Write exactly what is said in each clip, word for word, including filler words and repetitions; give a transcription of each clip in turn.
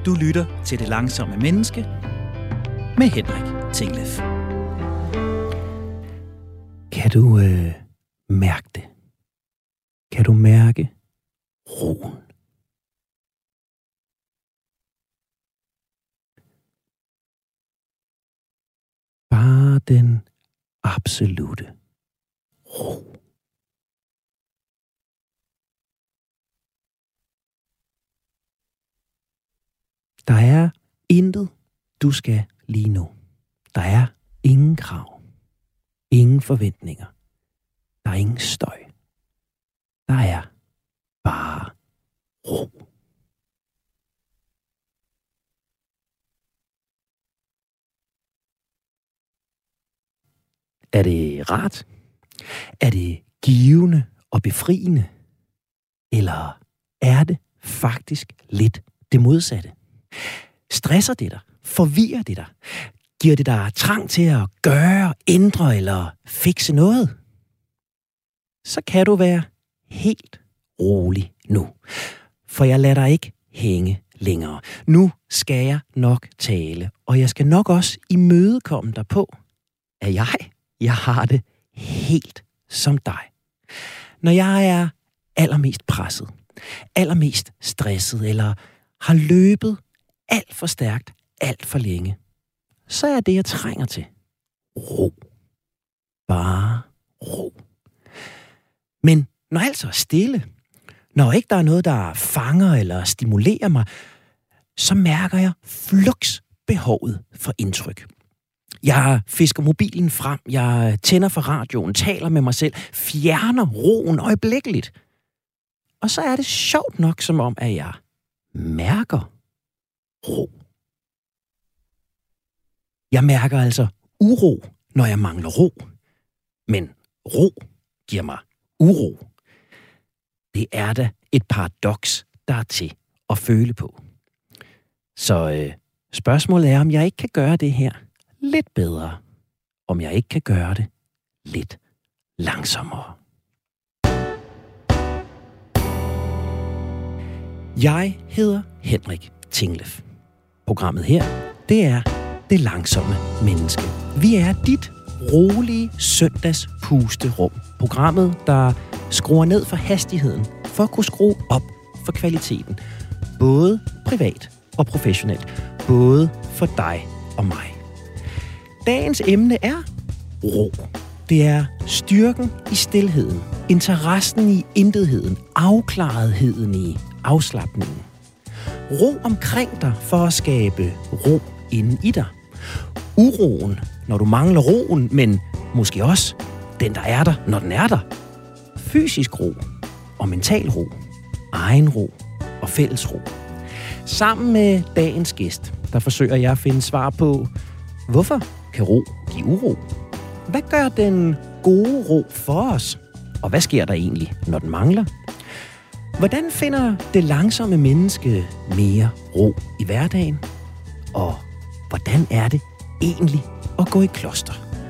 Du lytter til Det Langsomme Menneske med Henrik Tinglef. Kan du øh, mærke det? Kan du mærke roen? Bare den absolute ro. Der er intet, du skal lige nu. Der er ingen krav. Ingen forventninger. Der er ingen støj. Der er bare ro. Er det rart? Er det givende og befriende? Eller er det faktisk lidt det modsatte? Stresser det dig? Forvirrer det dig? Giver det dig trang til at gøre, ændre eller fikse noget? Så kan du være helt rolig nu. For jeg lader dig ikke hænge længere. Nu skal jeg nok tale, og jeg skal nok også imødekomme dig på, at jeg, jeg har det helt som dig. Når jeg er allermest presset, allermest stresset eller har løbet alt for stærkt, alt for længe, så er det, jeg trænger til, ro. Bare ro. Men når alt så er stille, når ikke der er noget, der fanger eller stimulerer mig, så mærker jeg fluks behovet for indtryk. Jeg fisker mobilen frem, jeg tænder for radioen, taler med mig selv, fjerner roen øjeblikkeligt. Og så er det sjovt nok som om, at jeg mærker ro. Jeg mærker altså uro, når jeg mangler ro. Men ro giver mig uro. Det er da et paradoks, der er til at føle på. Så øh, spørgsmålet er, om jeg ikke kan gøre det her lidt bedre. Om jeg ikke kan gøre det lidt langsommere. Jeg hedder Henrik Tinglef. Programmet her, det er Det Langsomme Menneske. Vi er dit rolige søndags pusterum. Programmet, der skruer ned for hastigheden, for at kunne skrue op for kvaliteten. Både privat og professionelt. Både for dig og mig. Dagens emne er ro. Det er styrken i stilheden, interessen i intetheden, afklaretheden i afslapningen. Ro omkring dig for at skabe ro inden i dig. Uroen, når du mangler roen, men måske også den, der er der, når den er der. Fysisk ro og mental ro, egen ro og fælles ro. Sammen med dagens gæst, der forsøger jeg at finde svar på, hvorfor kan ro give uro? Hvad gør den gode ro for os? Og hvad sker der egentlig, når den mangler? Hvordan finder det langsomme menneske mere ro i hverdagen? Og hvordan er det egentlig at gå i kloster?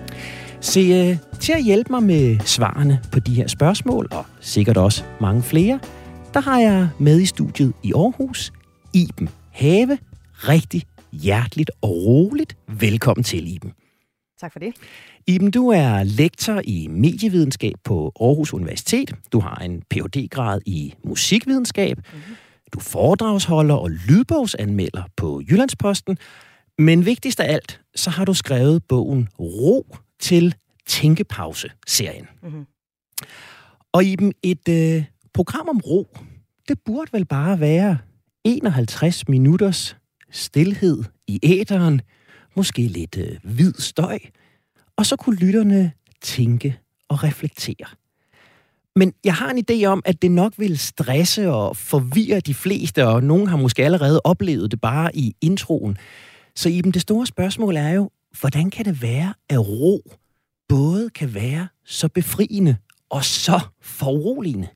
Se, til at hjælpe mig med svarene på de her spørgsmål, og sikkert også mange flere, der har jeg med i studiet i Aarhus, Iben Have. Rigtig hjerteligt og roligt velkommen til, Iben. Tak for det. Iben, du er lektor i medievidenskab på Aarhus Universitet. Du har en P H D-grad i musikvidenskab. Mm-hmm. Du foredragsholder og lydbogsanmelder på Jyllandsposten. Men vigtigst af alt, så har du skrevet bogen Ro til Tænkepause-serien. Mm-hmm. Og Iben, et øh, program om ro, det burde vel bare være enoghalvtreds minutters stilhed i æteren, måske lidt øh, hvid støj, og så kunne lytterne tænke og reflektere. Men jeg har en idé om, at det nok vil stresse og forvirre de fleste, og nogen har måske allerede oplevet det bare i introen. Så Iben, det store spørgsmål er jo, hvordan kan det være, at ro både kan være så befriende og så foruroligende?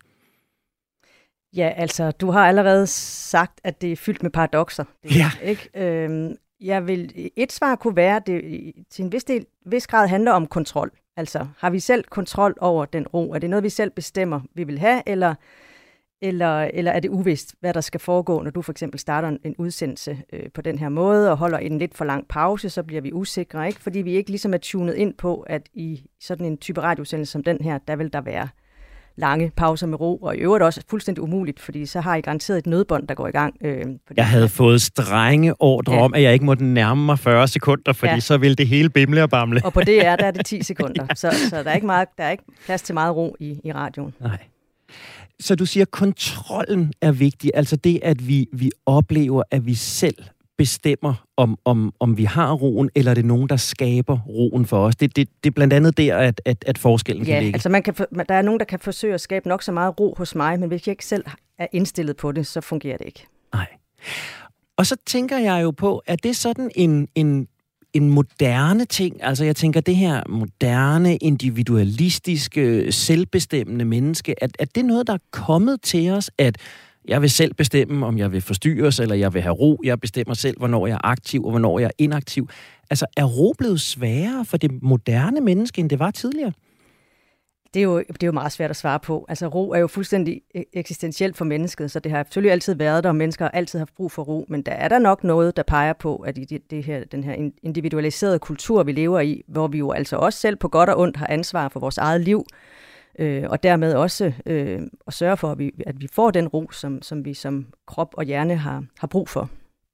Ja, altså, du har allerede sagt, at det er fyldt med paradokser. Det, ja. Ikke? Øhm, jeg vil, et svar kunne være, at det til en vis, del, vis grad handler om kontrol. Altså, har vi selv kontrol over den ro? Er det noget, vi selv bestemmer, vi vil have, eller Eller, eller er det uvist, hvad der skal foregå, når du for eksempel starter en, en udsendelse øh, på den her måde og holder en lidt for lang pause, så bliver vi usikre, ikke? Fordi vi ikke ligesom er tunet ind på, at i sådan en type radioudsendelse som den her, der vil der være lange pauser med ro, og i øvrigt også fuldstændig umuligt, fordi så har I garanteret et nødbånd, der går i gang. Øh, jeg havde her. fået strenge ordre ja. om, at jeg ikke måtte nærme mig fyrre sekunder, fordi ja. så ville det hele bimle og bamle. Og på D R, der er det ti sekunder, så, så der er ikke meget, der er ikke plads til meget ro i, i radioen. Nej. Så du siger, at kontrollen er vigtig, altså det, at vi, vi oplever, at vi selv bestemmer, om, om, om vi har roen, eller er det nogen, der skaber roen for os. Det, det, det er blandt andet der, at, at, at forskellen ja, kan ligge. altså man kan, der er nogen, der kan forsøge at skabe nok så meget ro hos mig, men hvis jeg ikke selv er indstillet på det, så fungerer det ikke. Nej. Og så tænker jeg jo på, at det er sådan en, en, en moderne ting, altså jeg tænker, det her moderne, individualistiske, selvbestemmende menneske, at, at det er noget, der er kommet til os, at jeg vil selv bestemme, om jeg vil forstyrres, eller jeg vil have ro. Jeg bestemmer selv, hvornår jeg er aktiv, og hvornår jeg er inaktiv. Altså, er ro blevet sværere for det moderne menneske, end det var tidligere? Det er, jo, det er jo meget svært at svare på. Altså, ro er jo fuldstændig eksistentielt for mennesket, så det har selvfølgelig altid været der, og mennesker har altid haft brug for ro, men der er der nok noget, der peger på, at i det, det her, den her individualiserede kultur, vi lever i, hvor vi jo altså også selv på godt og ondt har ansvar for vores eget liv, Øh, og dermed også øh, at sørge for, at vi, at vi får den ro, som, som vi som krop og hjerne har, har brug for.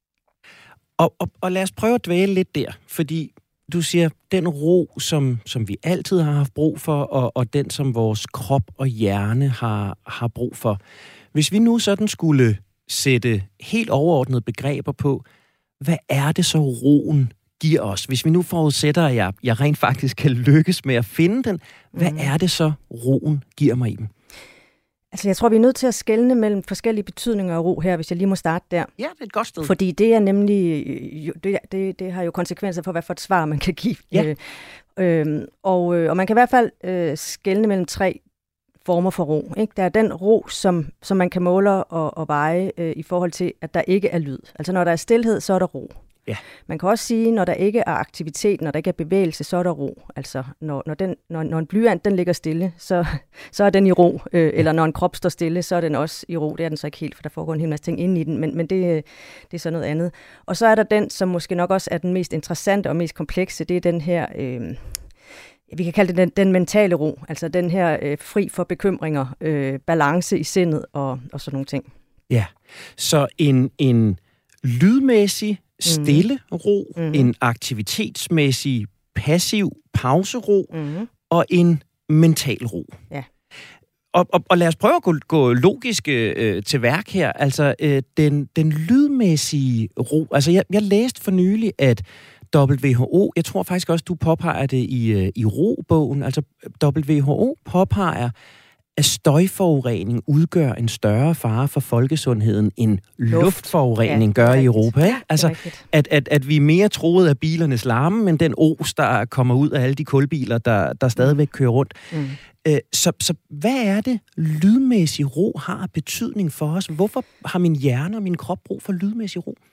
Og, og, og lad os prøve at dvæle lidt der, fordi du siger, den ro, som, som vi altid har haft brug for, og, og den, som vores krop og hjerne har, har brug for. Hvis vi nu sådan skulle sætte helt overordnede begreber på, hvad er det så roen giver os? Hvis vi nu forudsætter, at jeg, jeg rent faktisk kan lykkes med at finde den, hvad mm. er det så, roen giver mig i den? Altså, jeg tror, vi er nødt til at skelne mellem forskellige betydninger af ro her, hvis jeg lige må starte der. Ja, det er et godt sted. Fordi det er nemlig, det, det, det har jo konsekvenser for, hvad for et svar man kan give. Ja. Øh, øh, og, og man kan i hvert fald øh, skelne mellem tre former for ro. Ikke? Der er den ro, som, som man kan måle og, og veje øh, i forhold til, at der ikke er lyd. Altså, når der er stilhed, så er der ro. Ja. Man kan også sige, når der ikke er aktivitet, når der ikke er bevægelse, så er der ro. Altså, når, når, den, når, når en blyant den ligger stille, så, så er den i ro. Øh, eller når en krop står stille, så er den også i ro. Det er den så ikke helt, for der foregår en hel masse ting inde i den, men, men det, det er så noget andet. Og så er der den, som måske nok også er den mest interessante og mest komplekse, det er den her, øh, vi kan kalde det den, den mentale ro. Altså den her øh, fri for bekymringer, øh, balance i sindet og, og sådan nogle ting. Ja, så en, en lydmæssig stille ro, mm. en aktivitetsmæssig passiv pausero mm. og en mental ro. Ja. Og, og, og lad os prøve at gå, gå logisk øh, til værk her. Altså, øh, den, den lydmæssige ro. Altså, jeg, jeg læste for nylig, at W H O, jeg tror faktisk også, du påpeger det i, øh, i ro-bogen, altså W H O påpeger, at støjforurening udgør en større fare for folkesundheden end Luft. luftforurening ja, gør i Europa. Ja, altså, at, at, at vi er mere troet af bilernes larme, men den os, der kommer ud af alle de kulbiler, der, der stadigvæk kører rundt. Mm. Øh, så, så hvad er det, lydmæssig ro har betydning for os? Hvorfor har min hjerne og min krop brug for lydmæssig ro?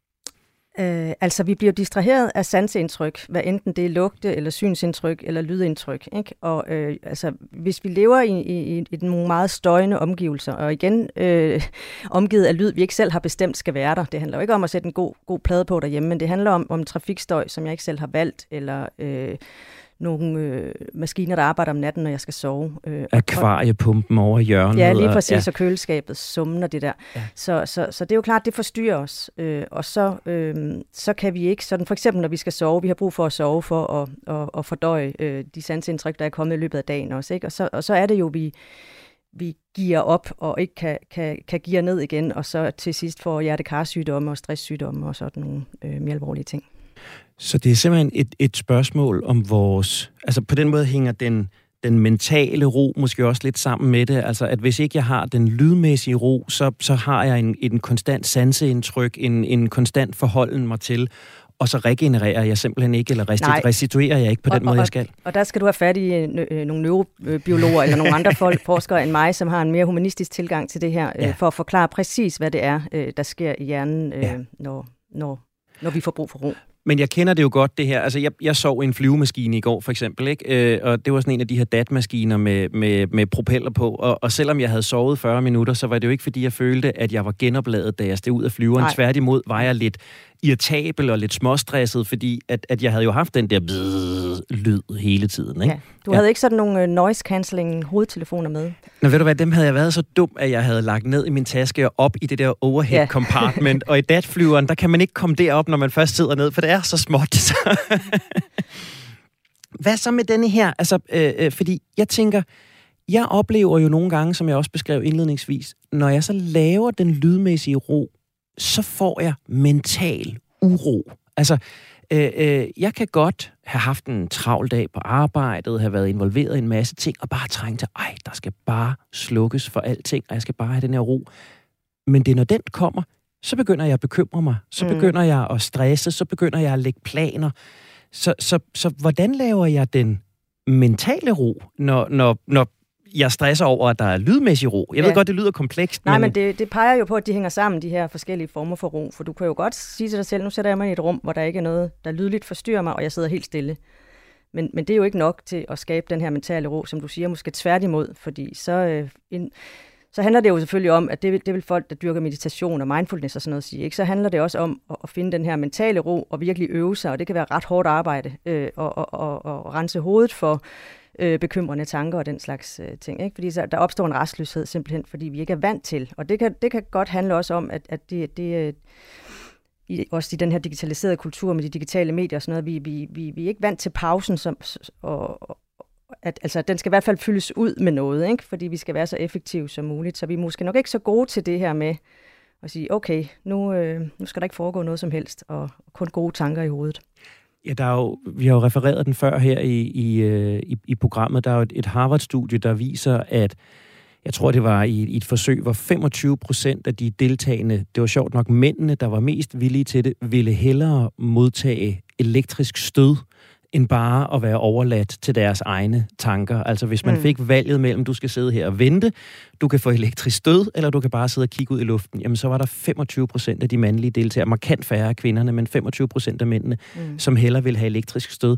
Øh, altså, vi bliver distraheret af sanseindtryk, hvad enten det er lugte- eller synsindtryk eller lydindtryk. Ikke? Og øh, altså, hvis vi lever i, i, i nogle meget støjende omgivelser, og igen øh, omgivet af lyd, vi ikke selv har bestemt skal være der. Det handler jo ikke om at sætte en god, god plade på derhjemme, men det handler om, om trafikstøj, som jeg ikke selv har valgt, eller øh, nogle øh, maskiner, der arbejder om natten, når jeg skal sove. Øh, Akvariepumpen over hjørnet. Ja, lige præcis, ja. Og køleskabet summen og det der. Ja. Så, så, så det er jo klart, det forstyrrer os. Øh, og så, øh, så kan vi ikke, sådan for eksempel når vi skal sove, vi har brug for at sove for at, at, at fordøje øh, de sanseindtryk, der er kommet i løbet af dagen også. Ikke? Og, så, og så er det jo, vi, vi giver op og ikke kan, kan, kan give ned igen, og så til sidst får hjertekarsygdomme og stresssygdomme og sådan nogle øh, mere alvorlige ting. Så det er simpelthen et, et spørgsmål om vores... Altså på den måde hænger den, den mentale ro måske også lidt sammen med det. Altså at hvis ikke jeg har den lydmæssige ro, så, så har jeg en, en konstant sanseindtryk, en, en konstant forholden mig til, og så regenererer jeg simpelthen ikke, eller resti- restituerer jeg ikke på den og, måde, og, jeg skal. Og der skal du have fat i øh, nogle neurobiologer eller nogle andre folk, forskere end mig, som har en mere humanistisk tilgang til det her, øh, ja. for at forklare præcis, hvad det er, øh, der sker i hjernen, øh, ja. når, når, når vi får brug for ro. Men jeg kender det jo godt, det her. Altså, jeg, jeg sov i en flyvemaskine i går, for eksempel, ikke? Øh, og det var sådan en af de her D A T-maskiner med, med, med propeller på. Og, og selvom jeg havde sovet fyrre minutter, så var det jo ikke, fordi jeg følte, at jeg var genopladet, da jeg steg ud af flyveren. Nej. Tværtimod var jeg lidt irritabel og lidt småstresset, fordi at, at jeg havde jo haft den der lyd hele tiden, ikke? Ja. Du havde ja. ikke sådan nogle noise-cancelling hovedtelefoner med? Nå, ved du hvad, dem havde jeg været så dum, at jeg havde lagt ned i min taske og op i det der overhead compartment. Ja. Og i D A T-flyveren, der kan man ikke komme derop, når man først sidder ned, for det er så småt. Hvad så med denne her? Altså, øh, øh, fordi jeg tænker, jeg oplever jo nogle gange, som jeg også beskrev indledningsvis, når jeg så laver den lydmæssige ro, så får jeg mental uro. Altså, øh, øh, jeg kan godt have haft en travl dag på arbejdet, have været involveret i en masse ting, og bare trænge til, ej, der skal bare slukkes for alting, og jeg skal bare have den her ro. Men det er, når den kommer, så begynder jeg at bekymre mig, så mm. begynder jeg at stresse, så begynder jeg at lægge planer. Så, så, så hvordan laver jeg den mentale ro, når, når, når jeg stresser over, at der er lydmæssig ro? Jeg ja. ved godt, det lyder komplekst. Nej, men, men det, det peger jo på, at de hænger sammen, de her forskellige former for ro. For du kan jo godt sige til dig selv, nu sætter jeg mig i et rum, hvor der ikke er noget, der lydligt forstyrrer mig, og jeg sidder helt stille. Men, men det er jo ikke nok til at skabe den her mentale ro, som du siger, måske tværtimod, fordi så... Øh, en, Så handler det jo selvfølgelig om, at det vil, det vil folk, der dyrker meditation og mindfulness og sådan noget, sige. Ikke? Så handler det også om at, at finde den her mentale ro og virkelig øve sig, og det kan være ret hårdt arbejde, øh, og, og, og, og rense hovedet for øh, bekymrende tanker og den slags øh, ting. Ikke? Fordi så, der opstår en restløshed simpelthen, fordi vi ikke er vant til. Og det kan, det kan godt handle også om, at, at det, det i, også i den her digitaliserede kultur med de digitale medier og sådan noget, vi, vi, vi, vi er ikke vant til pausen, som, og, og At, altså, at den skal i hvert fald fyldes ud med noget, ikke? Fordi vi skal være så effektive som muligt. Så vi er måske nok ikke så gode til det her med at sige, okay, nu, øh, nu skal der ikke foregå noget som helst, og kun gode tanker i hovedet. Ja, der er jo, vi har jo refereret den før her i, i, i, i programmet. Der er jo et, et Harvard-studie, der viser, at jeg tror, det var i, i et forsøg, hvor femogtyve procent af de deltagende, det var sjovt nok mændene, der var mest villige til det, ville hellere modtage elektrisk stød, end bare at være overladt til deres egne tanker. Altså hvis man mm. fik valget mellem, du skal sidde her og vente, du kan få elektrisk stød, eller du kan bare sidde og kigge ud i luften, jamen så var der femogtyve procent af de mandlige deltagere, markant færre af kvinderne, men femogtyve procent af mændene, mm. som hellere ville have elektrisk stød.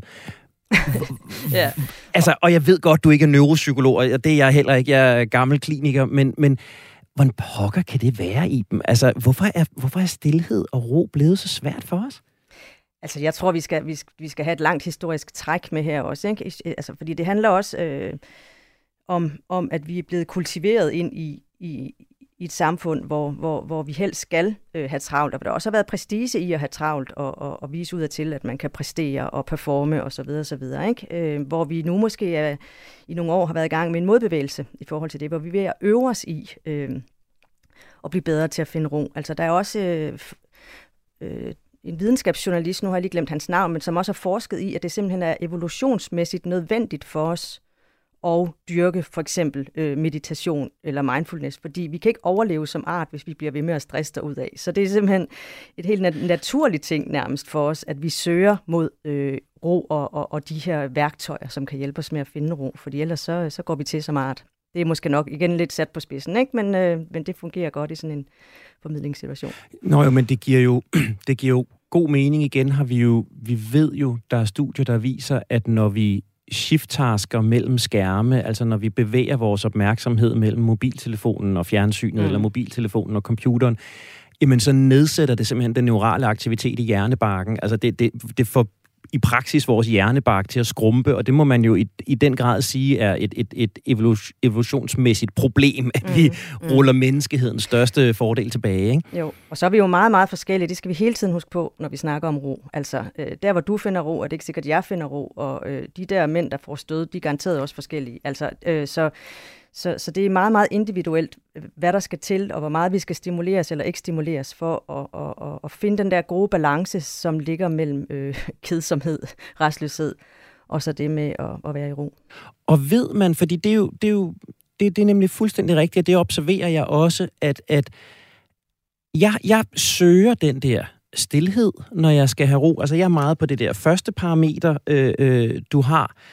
ja. Altså, og jeg ved godt, du ikke er neuropsykolog, og det er jeg heller ikke, jeg er gammel kliniker, men, men hvordan pokker kan det være i dem? Altså, hvorfor er, hvorfor er stilhed og ro blevet så svært for os? Altså, jeg tror, vi skal, vi, skal, vi skal have et langt historisk træk med her også, ikke? Altså, fordi det handler også øh, om, om, at vi er blevet kultiveret ind i, i, i et samfund, hvor, hvor, hvor vi helst skal øh, have travlt, og der også har været prestige i at have travlt og, og, og vise ud af til, at man kan præstere og performe osv. osv., ikke? Øh, hvor vi nu måske er, i nogle år har været i gang med en modbevægelse i forhold til det, hvor vi er ved at øve os i øh, at blive bedre til at finde ro. Altså, der er også... Øh, øh, en videnskabsjournalist, nu har jeg lige glemt hans navn, men som også har forsket i, at det simpelthen er evolutionsmæssigt nødvendigt for os at dyrke for eksempel øh, meditation eller mindfulness, fordi vi kan ikke overleve som art, hvis vi bliver ved med at stresse derudad. Så det er simpelthen et helt nat- naturligt ting nærmest for os, at vi søger mod øh, ro og, og, og de her værktøjer, som kan hjælpe os med at finde ro, fordi ellers så, så går vi til som art. Det er måske nok igen lidt sat på spidsen, ikke? Men, øh, men det fungerer godt i sådan en formidlingssituation. Nå jo, men det giver jo, det giver jo god mening igen, har vi jo, vi ved jo, der er studier, der viser, at når vi shift-tasker mellem skærme, altså når vi bevæger vores opmærksomhed mellem mobiltelefonen og fjernsynet, mm. eller mobiltelefonen og computeren, jamen så nedsætter det simpelthen den neurale aktivitet i hjernebarken. Altså det, det, det får i praksis vores hjernebark til at skrumpe, og det må man jo i, i den grad sige er et, et, et evolutionsmæssigt problem, at mm, vi mm. ruller menneskehedens største fordel tilbage, ikke? Jo, og så er vi jo meget, meget forskellige. Det skal vi hele tiden huske på, når vi snakker om ro. Altså, øh, der hvor du finder ro, er det ikke sikkert, at jeg finder ro, og øh, de der mænd, der får stød, de er garanteret også forskellige. Altså, øh, så, så, så det er meget, meget individuelt, hvad der skal til, og hvor meget vi skal stimuleres eller ikke stimuleres for at, at, at finde den der gode balance, som ligger mellem øh, kedsomhed, restløshed, og så det med at, at være i ro. Og ved man, fordi det er jo, det er jo det, det er nemlig fuldstændig rigtigt, og det observerer jeg også, at, at jeg, jeg søger den der stilhed, når jeg skal have ro. Altså jeg er meget på det der første parameter, øh, øh, du har.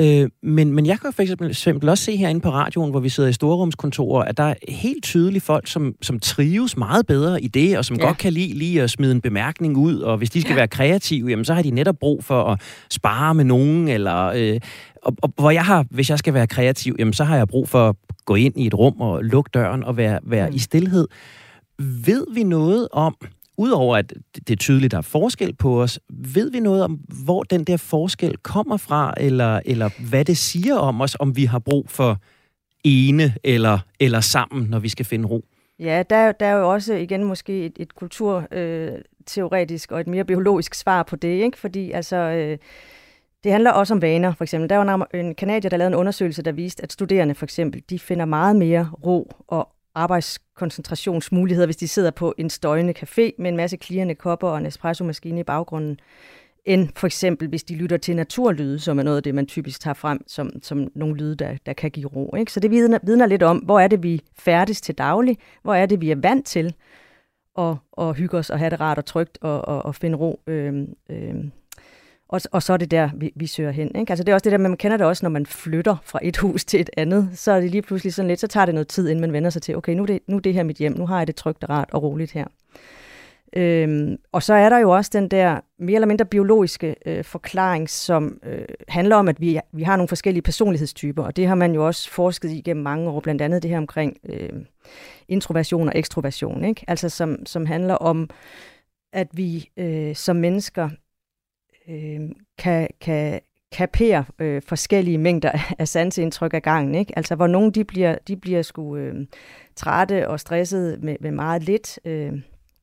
Øh, men, men jeg kan for eksempel, eksempel også se herinde på radioen, hvor vi sidder i storrumskontorer, at der er helt tydeligt folk, som, som trives meget bedre i det, og som ja. godt kan lide lige at smide en bemærkning ud, og hvis de skal ja. være kreative, jamen, så har de netop brug for at spare med nogen, eller... Øh, og, og hvor jeg har, hvis jeg skal være kreativ, jamen, så har jeg brug for at gå ind i et rum og lukke døren og være, være mm. i stilhed. Ved vi noget om... Udover at det er tydeligt, der er forskel på os, ved vi noget om, hvor den der forskel kommer fra, eller, eller hvad det siger om os, om vi har brug for ene eller, eller sammen, når vi skal finde ro? Ja, der, der er jo også igen måske et, et kulturteoretisk øh, og et mere biologisk svar på det, ikke? Fordi altså... Øh, det handler også om vaner, for eksempel. Der var en kanadier, der lavede en undersøgelse, der viste, at studerende for eksempel, de finder meget mere ro og arbejdskoncentrationsmuligheder, hvis de sidder på en støjende café med en masse klirrende kopper og en espresso-maskine i baggrunden, end for eksempel, hvis de lytter til naturlyde, som er noget af det, man typisk tager frem som, som nogle lyde, der, der kan give ro. Ikke? Så det vidner, vidner lidt om, hvor er det, vi færdes til daglig, hvor er det, vi er vant til at, at hygge os og have det rart og trygt og, og, og finde ro. Øh, øh, Og, og så er det der, vi, vi søger hen. Ikke? Altså det er også det der, man kender det også, når man flytter fra et hus til et andet. Så er det lige pludselig sådan lidt, så tager det noget tid, inden man vender sig til, okay, nu er det, nu er det her mit hjem, nu har jeg det trygt og rart og roligt her. Øhm, og så er der jo også den der mere eller mindre biologiske øh, forklaring, som øh, handler om, at vi, vi har nogle forskellige personlighedstyper, og det har man jo også forsket i gennem mange år, blandt andet det her omkring øh, introversion og ekstroversion. Ikke? Altså som, som handler om, at vi øh, som mennesker Øh, kan, kan kapere øh, forskellige mængder af sanseindtryk ad gangen, ikke? Altså, hvor nogle de bliver, de bliver sgu øh, trætte og stressede med, med meget lidt, øh,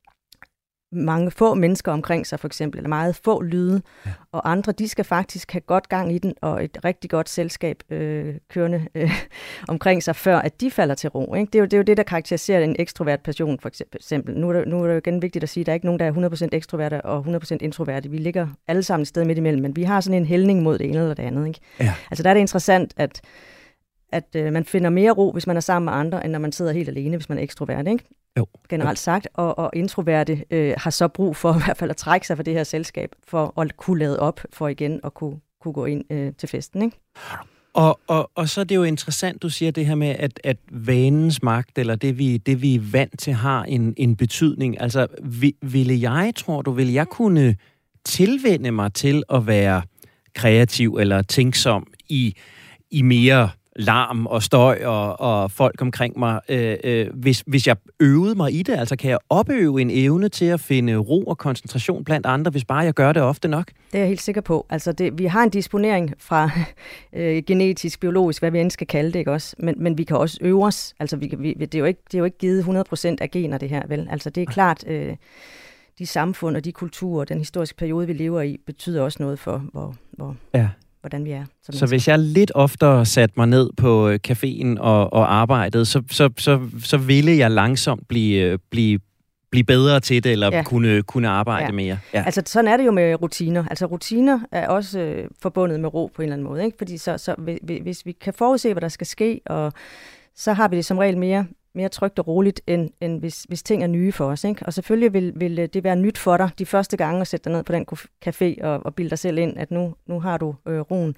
mange få mennesker omkring sig for eksempel, eller meget få lyde, ja. Og andre, de skal faktisk have godt gang i den, og et rigtig godt selskab øh, kørende øh, omkring sig, før at de falder til ro. Ikke? Det, er jo, det er jo det, der karakteriserer en ekstrovert person, for eksempel. Nu er, det, nu er det jo igen vigtigt at sige, at der er ikke nogen, der er hundrede procent ekstroverte og hundrede procent introverte. Vi ligger alle sammen et sted midt imellem, men vi har sådan en hældning mod det ene eller det andet. Ikke? Ja. Altså der er det interessant, at at øh, man finder mere ro, hvis man er sammen med andre, end når man sidder helt alene, hvis man er ekstrovert, ikke? Jo. Generelt sagt. Og, og introverte øh, har så brug for i hvert fald at trække sig fra det her selskab, for at kunne lade op, for igen at kunne, kunne gå ind øh, til festen, ikke? Og, og, og så er det jo interessant, du siger det her med, at, at vanens magt, eller det vi, det vi er vant til, har en, en betydning. Altså, vi, ville jeg, tror du, ville jeg kunne tilvænne mig til at være kreativ eller tænksom i, i mere larm og støj og, og folk omkring mig, øh, øh, hvis, hvis jeg øvede mig i det? Altså, kan jeg opøve en evne til at finde ro og koncentration blandt andre, hvis bare jeg gør det ofte nok? Det er jeg helt sikker på. Altså, det, vi har en disponering fra øh, genetisk, biologisk, hvad vi end skal kalde det, ikke også? Men, men vi kan også øve os. Altså, vi, vi, det, er jo ikke, det er jo ikke givet hundrede procent af gener, det her, vel? Altså, det er klart, øh, de samfund og de kulturer, den historiske periode, vi lever i, betyder også noget for, hvor... hvor ja. hvordan vi er. Så hvis jeg lidt oftere satte mig ned på caféen og, og arbejdede, så, så, så, så ville jeg langsomt blive, blive, blive bedre til det, eller ja. kunne, kunne arbejde ja. mere. Ja. Altså sådan er det jo med rutiner. Altså rutiner er også øh, forbundet med ro på en eller anden måde, ikke? Fordi så, så hvis vi kan forudse, hvad der skal ske, og så har vi det som regel mere mere trygt og roligt, end, end hvis, hvis ting er nye for os. Ikke? Og selvfølgelig vil, vil det være nyt for dig de første gange at sætte dig ned på den café og, og bilde dig selv ind, at nu, nu har du øh, roen.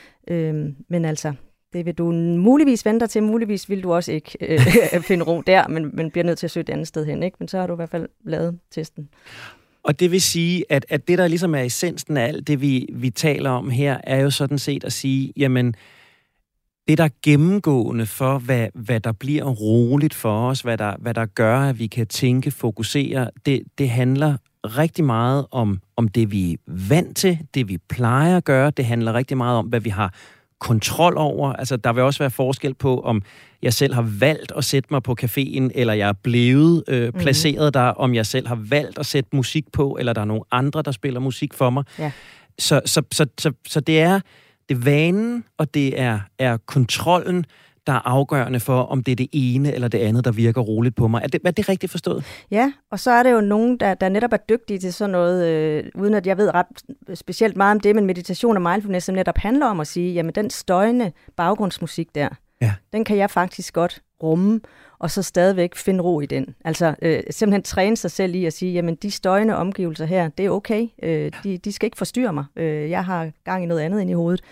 Øhm, men altså, det vil du muligvis vente dig til, muligvis vil du også ikke øh, finde ro der, men, men bliver nødt til at søge et andet sted hen. Ikke? Men så har du i hvert fald lavet testen. Og det vil sige, at, at det, der ligesom er essensen af alt det, vi, vi taler om her, er jo sådan set at sige, jamen, det, der er gennemgående for, hvad, hvad der bliver roligt for os, hvad der, hvad der gør, at vi kan tænke, fokusere, det, det handler rigtig meget om, om det, vi er vant til, det, vi plejer at gøre. Det handler rigtig meget om, hvad vi har kontrol over. Altså, der vil også være forskel på, om jeg selv har valgt at sætte mig på caféen, eller jeg er blevet øh, placeret mm-hmm. der, om jeg selv har valgt at sætte musik på, eller der er nogle andre, der spiller musik for mig. Ja. Så, så, så, så, så det er... Det er vanen, og det er, er kontrollen, der er afgørende for, om det er det ene eller det andet, der virker roligt på mig. Er det, er det rigtigt forstået? Ja, og så er det jo nogen, der, der netop er dygtige til sådan noget, øh, uden at jeg ved ret specielt meget om det, men meditation og mindfulness, som netop handler om at sige, jamen den støjende baggrundsmusik der, ja. Den kan jeg faktisk godt rumme, og så stadigvæk finde ro i den. Altså øh, simpelthen træne sig selv i at sige, jamen de støjende omgivelser her, det er okay. Øh, de, de skal ikke forstyrre mig. Øh, jeg har gang i noget andet inde i hovedet.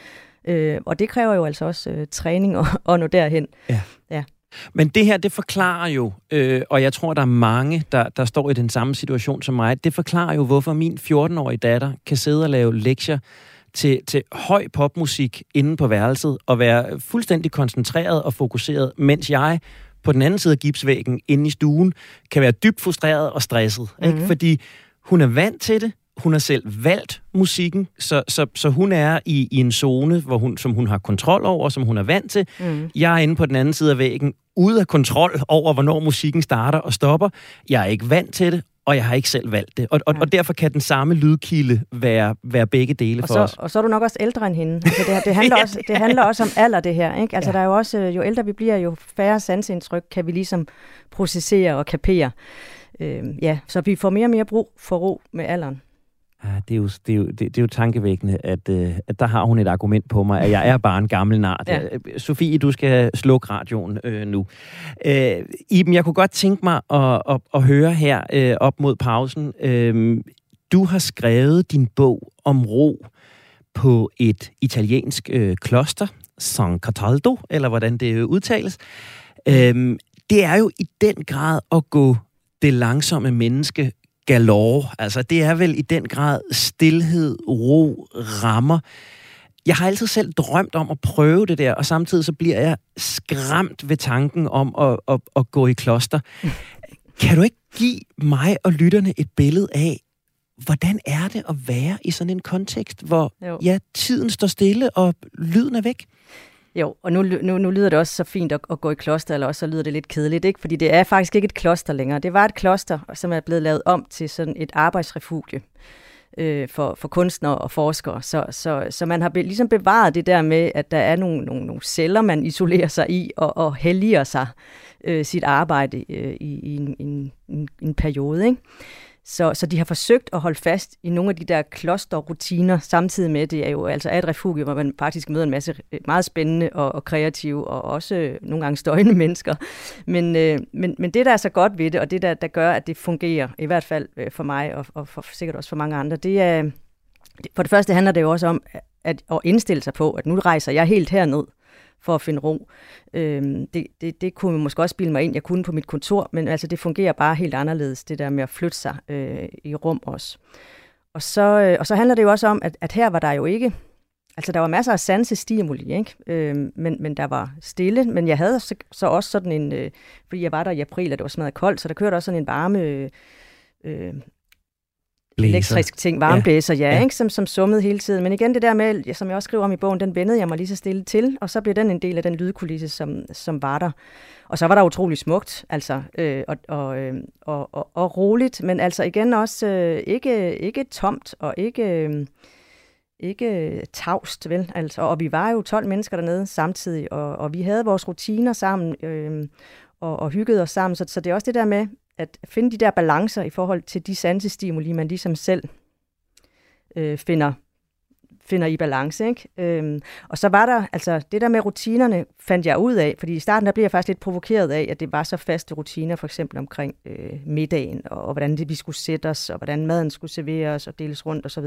Øh, og det kræver jo altså også øh, træning og, og nå derhen. Ja. Ja. Men det her, det forklarer jo, øh, og jeg tror, der er mange, der, der står i den samme situation som mig, det forklarer jo, hvorfor min fjorten-årige datter kan sidde og lave lektier til, til høj popmusik inde på værelset, og være fuldstændig koncentreret og fokuseret, mens jeg på den anden side af gipsvæggen inde i stuen kan være dybt frustreret og stresset. Mm-hmm. Ikke? Fordi hun er vant til det, hun har selv valgt musikken, så, så, så hun er i, i en zone, hvor hun, som hun har kontrol over, som hun er vant til. Mm. Jeg er inde på den anden side af væggen, ude af kontrol over, hvornår musikken starter og stopper. Jeg er ikke vant til det, og jeg har ikke selv valgt det. Og, og, og derfor kan den samme lydkilde være, være begge dele og for så, os. Og så er du nok også ældre end hende. Altså det, det, handler også, det handler også om alder, det her. Ikke? Altså ja. Der er jo også, jo ældre vi bliver, jo færre sanseindtryk kan vi ligesom processere og kapere. Øh, ja, så vi får mere og mere brug for ro med alderen. Ja, det, er jo, det, er jo, det, det er jo tankevækkende, at, øh, at der har hun et argument på mig, at jeg er bare en gammel nart. Ja. Sofie, du skal slukke radioen øh, nu. Øh, Iben, jeg kunne godt tænke mig at, at, at høre her øh, op mod pausen. Øh, du har skrevet din bog om ro på et italiensk øh, kloster, San Cataldo, eller hvordan det udtales. Øh, det er jo i den grad at gå det langsomme menneske galore. Altså, det er vel i den grad stilhed, ro, rammer. Jeg har altid selv drømt om at prøve det der, og samtidig så bliver jeg skræmt ved tanken om at, at, at gå i kloster. Kan du ikke give mig og lytterne et billede af, hvordan er det at være i sådan en kontekst, hvor ja, tiden står stille, og lyden er væk? Jo, og nu, nu, nu lyder det også så fint at, at gå i kloster, eller også så lyder det lidt kedeligt, ikke? Fordi det er faktisk ikke et kloster længere. Det var et kloster, som er blevet lavet om til sådan et arbejdsrefugie øh, for, for kunstnere og forskere. Så, så, så man har be, ligesom bevaret det der med, at der er nogle, nogle, nogle celler, man isolerer sig i, og, og helliger sig øh, sit arbejde øh, i, i en, en, en, en periode, ikke? Så, så de har forsøgt at holde fast i nogle af de der klosterrutiner, samtidig med, det er jo altså et refugie, hvor man faktisk møder en masse meget spændende og, og kreative, og også nogle gange støjende mennesker. Men, øh, men, men det, der er så godt ved det, og det, der, der gør, at det fungerer, i hvert fald for mig, og, og for, sikkert også for mange andre, det er, for det første handler det jo også om at, at indstille sig på, at nu rejser jeg helt herned for at finde ro. Øhm, det, det, det kunne måske også spille mig ind, jeg kunne på mit kontor, men altså det fungerer bare helt anderledes, det der med at flytte sig øh, i rum også. Og så, øh, og så handler det jo også om, at, at her var der jo ikke, altså der var masser af sansestimuli, ikke? Øhm, men, men der var stille, men jeg havde så, så også sådan en, øh, fordi jeg var der i april, og det var smadret koldt, så der kørte også sådan en varme øh, øh, elektrisk ting, varmeblæser, ja, ja, ikke? Som, som summede hele tiden. Men igen det der med, som jeg også skriver om i bogen, den vendede jeg mig lige så stille til, og så blev den en del af den lydkulisse, som, som var der. Og så var der utrolig smukt, altså, øh, og, og, øh, og, og, og roligt, men altså igen også øh, ikke, ikke tomt, og ikke, øh, ikke tavst, vel? Altså, og vi var jo tolv mennesker dernede samtidig, og, og vi havde vores rutiner sammen, øh, og, og hyggede os sammen, så, så det er også det der med, at finde de der balancer i forhold til de sansestimuli, man ligesom selv øh, finder, finder i balance, ikke? Øhm, og så var der, altså det der med rutinerne fandt jeg ud af, fordi i starten der blev jeg faktisk lidt provokeret af, at det var så faste rutiner, for eksempel omkring øh, middagen, og, og hvordan det, vi skulle sætte os, og hvordan maden skulle serveres og deles rundt osv.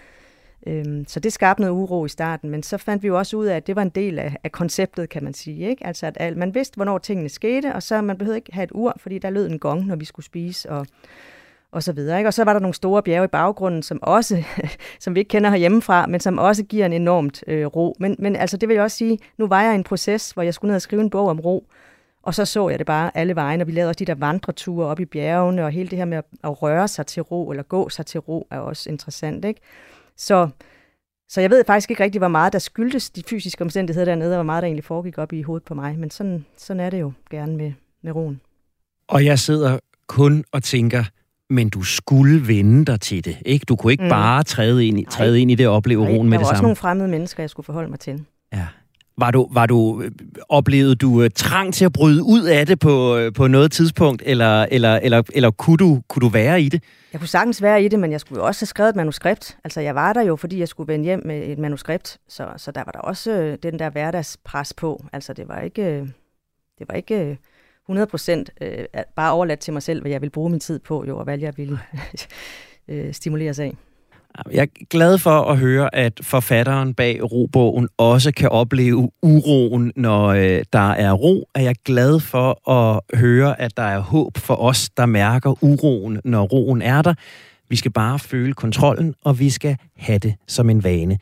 Øhm, så det skabte noget uro i starten, men så fandt vi jo også ud af, at det var en del af, af konceptet, kan man sige, ikke? Altså at al, man vidste, hvornår tingene skete, og så man behøvede ikke have et ur, fordi der lød en gong, når vi skulle spise, og, og så videre, ikke? Og så var der nogle store bjerge i baggrunden, som også, som vi ikke kender herhjemmefra, men som også giver en enormt øh, ro. Men, men altså det vil jeg også sige, nu var jeg i en proces, hvor jeg skulle ned og skrive en bog om ro, og så så jeg det bare alle vejen, og vi lavede også de der vandreture op i bjergene, og hele det her med at, at røre sig til ro, eller gå sig til ro, er også interessant, ikke? Så, så jeg ved faktisk ikke rigtig, hvor meget der skyldtes de fysiske omstændigheder dernede, og hvor meget der egentlig foregik op i hovedet på mig. Men sådan, sådan er det jo gerne med, med roen. Og jeg sidder kun og tænker, men du skulle vende dig til det, ikke? Du kunne ikke mm. bare træde ind, i, træde ind i det og opleve Nej, roen med det samme. Der var også nogle fremmede mennesker, jeg skulle forholde mig til. Ja. Var du, var du, oplevede du uh, trang til at bryde ud af det på, uh, på noget tidspunkt, eller, eller, eller, eller kunne, du, kunne du være i det? Jeg kunne sagtens være i det, men jeg skulle jo også have skrevet et manuskript. Altså, jeg var der jo, fordi jeg skulle vende hjem med et manuskript, så, så der var der også uh, den der hverdagspres på. Altså, det var ikke, uh, det var ikke uh, hundrede procent uh, bare overladt til mig selv, hvad jeg ville bruge min tid på, jo, og hvad jeg ville uh, stimuleres af. Jeg er glad for at høre, at forfatteren bag robogen også kan opleve uroen, når øh, der er ro. Er jeg glad for at høre, at der er håb for os, der mærker uroen, når roen er der. Vi skal bare føle kontrollen, og vi skal have det som en vane.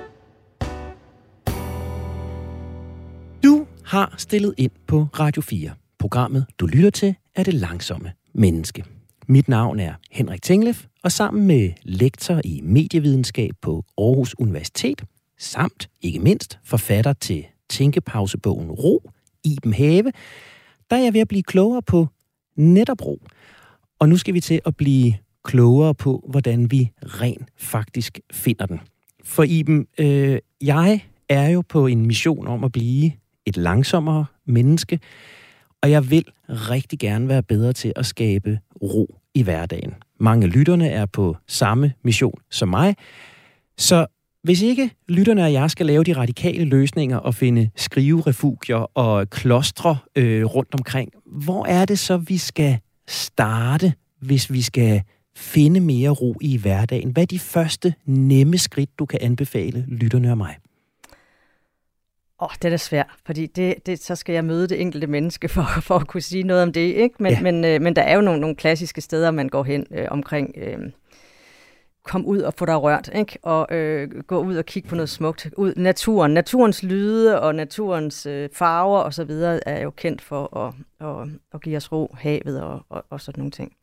Du har stillet ind på Radio fire. Programmet, du lytter til, er Det Langsomme Menneske. Mit navn er Henrik Tinglef, og sammen med lektor i medievidenskab på Aarhus Universitet, samt ikke mindst forfatter til tænkepausebogen Ro, Iben Have, der er jeg ved at blive klogere på netop ro. Og nu skal vi til at blive klogere på, hvordan vi rent faktisk finder den. For Iben, øh, jeg er jo på en mission om at blive et langsommere menneske, og jeg vil rigtig gerne være bedre til at skabe ro i hverdagen. Mange af lytterne er på samme mission som mig, så hvis ikke lytterne og jeg skal lave de radikale løsninger og finde skriverefugier og klostre øh, rundt omkring, hvor er det så, vi skal starte, hvis vi skal finde mere ro i hverdagen? Hvad er de første nemme skridt, du kan anbefale lytterne og mig? Åh, oh, det er da svært, fordi det, det, så skal jeg møde det enkelte menneske for, for at kunne sige noget om det, ikke? Men, ja. men, øh, men der er jo nogle, nogle klassiske steder, man går hen øh, omkring, øh, kom ud og få dig rørt, ikke? Og øh, gå ud og kigge på noget smukt. Ud, naturen, naturens lyde og naturens øh, farver og så videre er jo kendt for at, at, at give os ro, havet og, og, og sådan nogle ting.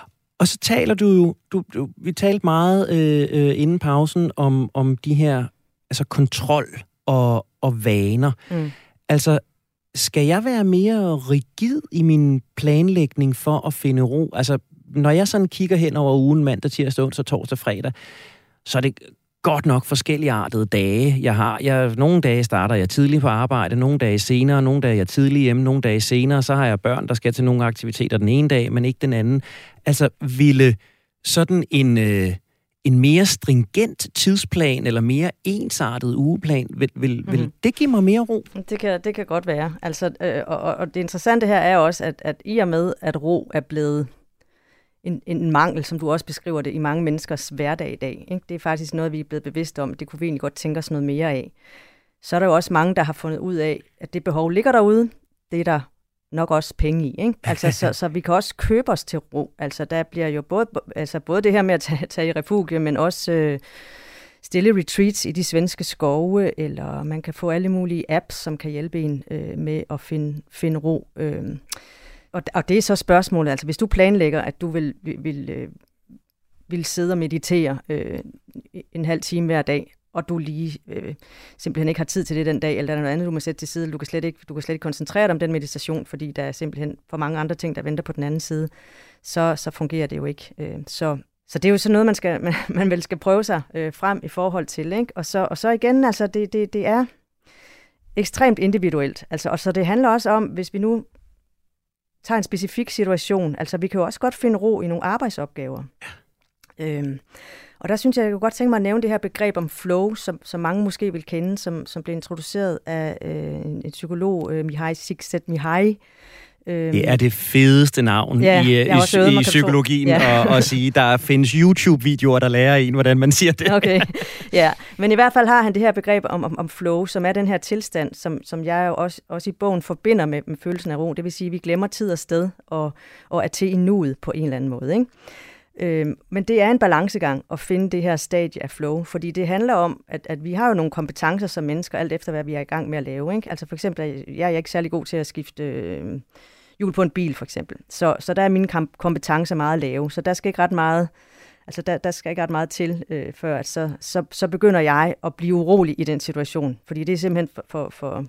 Og så taler du jo, du, du, vi talte meget øh, øh, inden pausen om, om de her, altså kontrol og, og vaner. Mm. Altså, skal jeg være mere rigid i min planlægning for at finde ro? Altså, når jeg sådan kigger hen over ugen, mandag, tirsdag, onsdag, torsdag, fredag, så er det godt nok forskelligartede dage, jeg har. Jeg, nogle dage starter jeg tidligt på arbejde, nogle dage senere, nogle dage er jeg tidligt hjemme, nogle dage senere, så har jeg børn, der skal til nogle aktiviteter den ene dag, men ikke den anden. Altså, ville sådan en, øh, en mere stringent tidsplan, eller mere ensartet ugeplan, vil, vil, mm. vil det give mig mere ro? Det kan, det kan godt være. Altså, øh, og, og det interessante her er også, at, at i og med, at ro er blevet En, en mangel, som du også beskriver det, i mange menneskers hverdag i dag. Ikke? Det er faktisk noget, vi er blevet bevidste om. Det kunne vi egentlig godt tænke os noget mere af. Så er der jo også mange, der har fundet ud af, at det behov ligger derude. Det er der nok også penge i. Ikke? Altså, så, så vi kan også købe os til ro. Altså, der bliver jo både, altså, både det her med at tage, tage i refugie, men også øh, stille retreats i de svenske skove, eller man kan få alle mulige apps, som kan hjælpe en øh, med at finde, finde ro. Øh. Og, og det er så spørgsmålet, altså hvis du planlægger, at du vil, vil, vil, øh, vil sidde og meditere øh, en halv time hver dag, og du lige øh, simpelthen ikke har tid til det den dag, eller der er noget andet, du må sætte til side, du kan slet ikke, du kan slet ikke koncentrere dig om den meditation, fordi der er simpelthen for mange andre ting, der venter på den anden side, så, så fungerer det jo ikke. Øh, så, så det er jo sådan noget, man, skal, man, man vel skal prøve sig øh, frem i forhold til, ikke? Og, så, og så igen, altså det, det, det er ekstremt individuelt, altså, og så det handler også om, hvis vi nu tager en specifik situation. Altså, vi kan jo også godt finde ro i nogle arbejdsopgaver. Ja. Øhm, og der synes jeg, jeg kunne godt tænke mig at nævne det her begreb om flow, som, som mange måske vil kende, som, som blev introduceret af øh, en, en psykolog, øh, Mihai Csikszentmihalyi. Øhm, det er det fedeste navn ja, i, i, i psykologien, ja. og, og sige, der findes YouTube-videoer, der lærer en, hvordan man siger det. Okay, ja. Men i hvert fald har han det her begreb om, om, om flow, som er den her tilstand, som, som jeg jo også, også i bogen forbinder med, med følelsen af ro. Det vil sige, at vi glemmer tid og sted, og, og er til i nuet på en eller anden måde, ikke? Øhm, men det er en balancegang at finde det her stadie af flow, fordi det handler om, at, at vi har jo nogle kompetencer som mennesker, alt efter hvad vi er i gang med at lave, ikke? Altså for eksempel, jeg er ikke særlig god til at skifte øh, hjul på en bil, for eksempel. Så, så der er mine kompetencer meget lave, så der skal ikke ret meget, altså der, der skal ikke ret meget til, øh, før at så, så, så begynder jeg at blive urolig i den situation, fordi det er simpelthen for, for, for,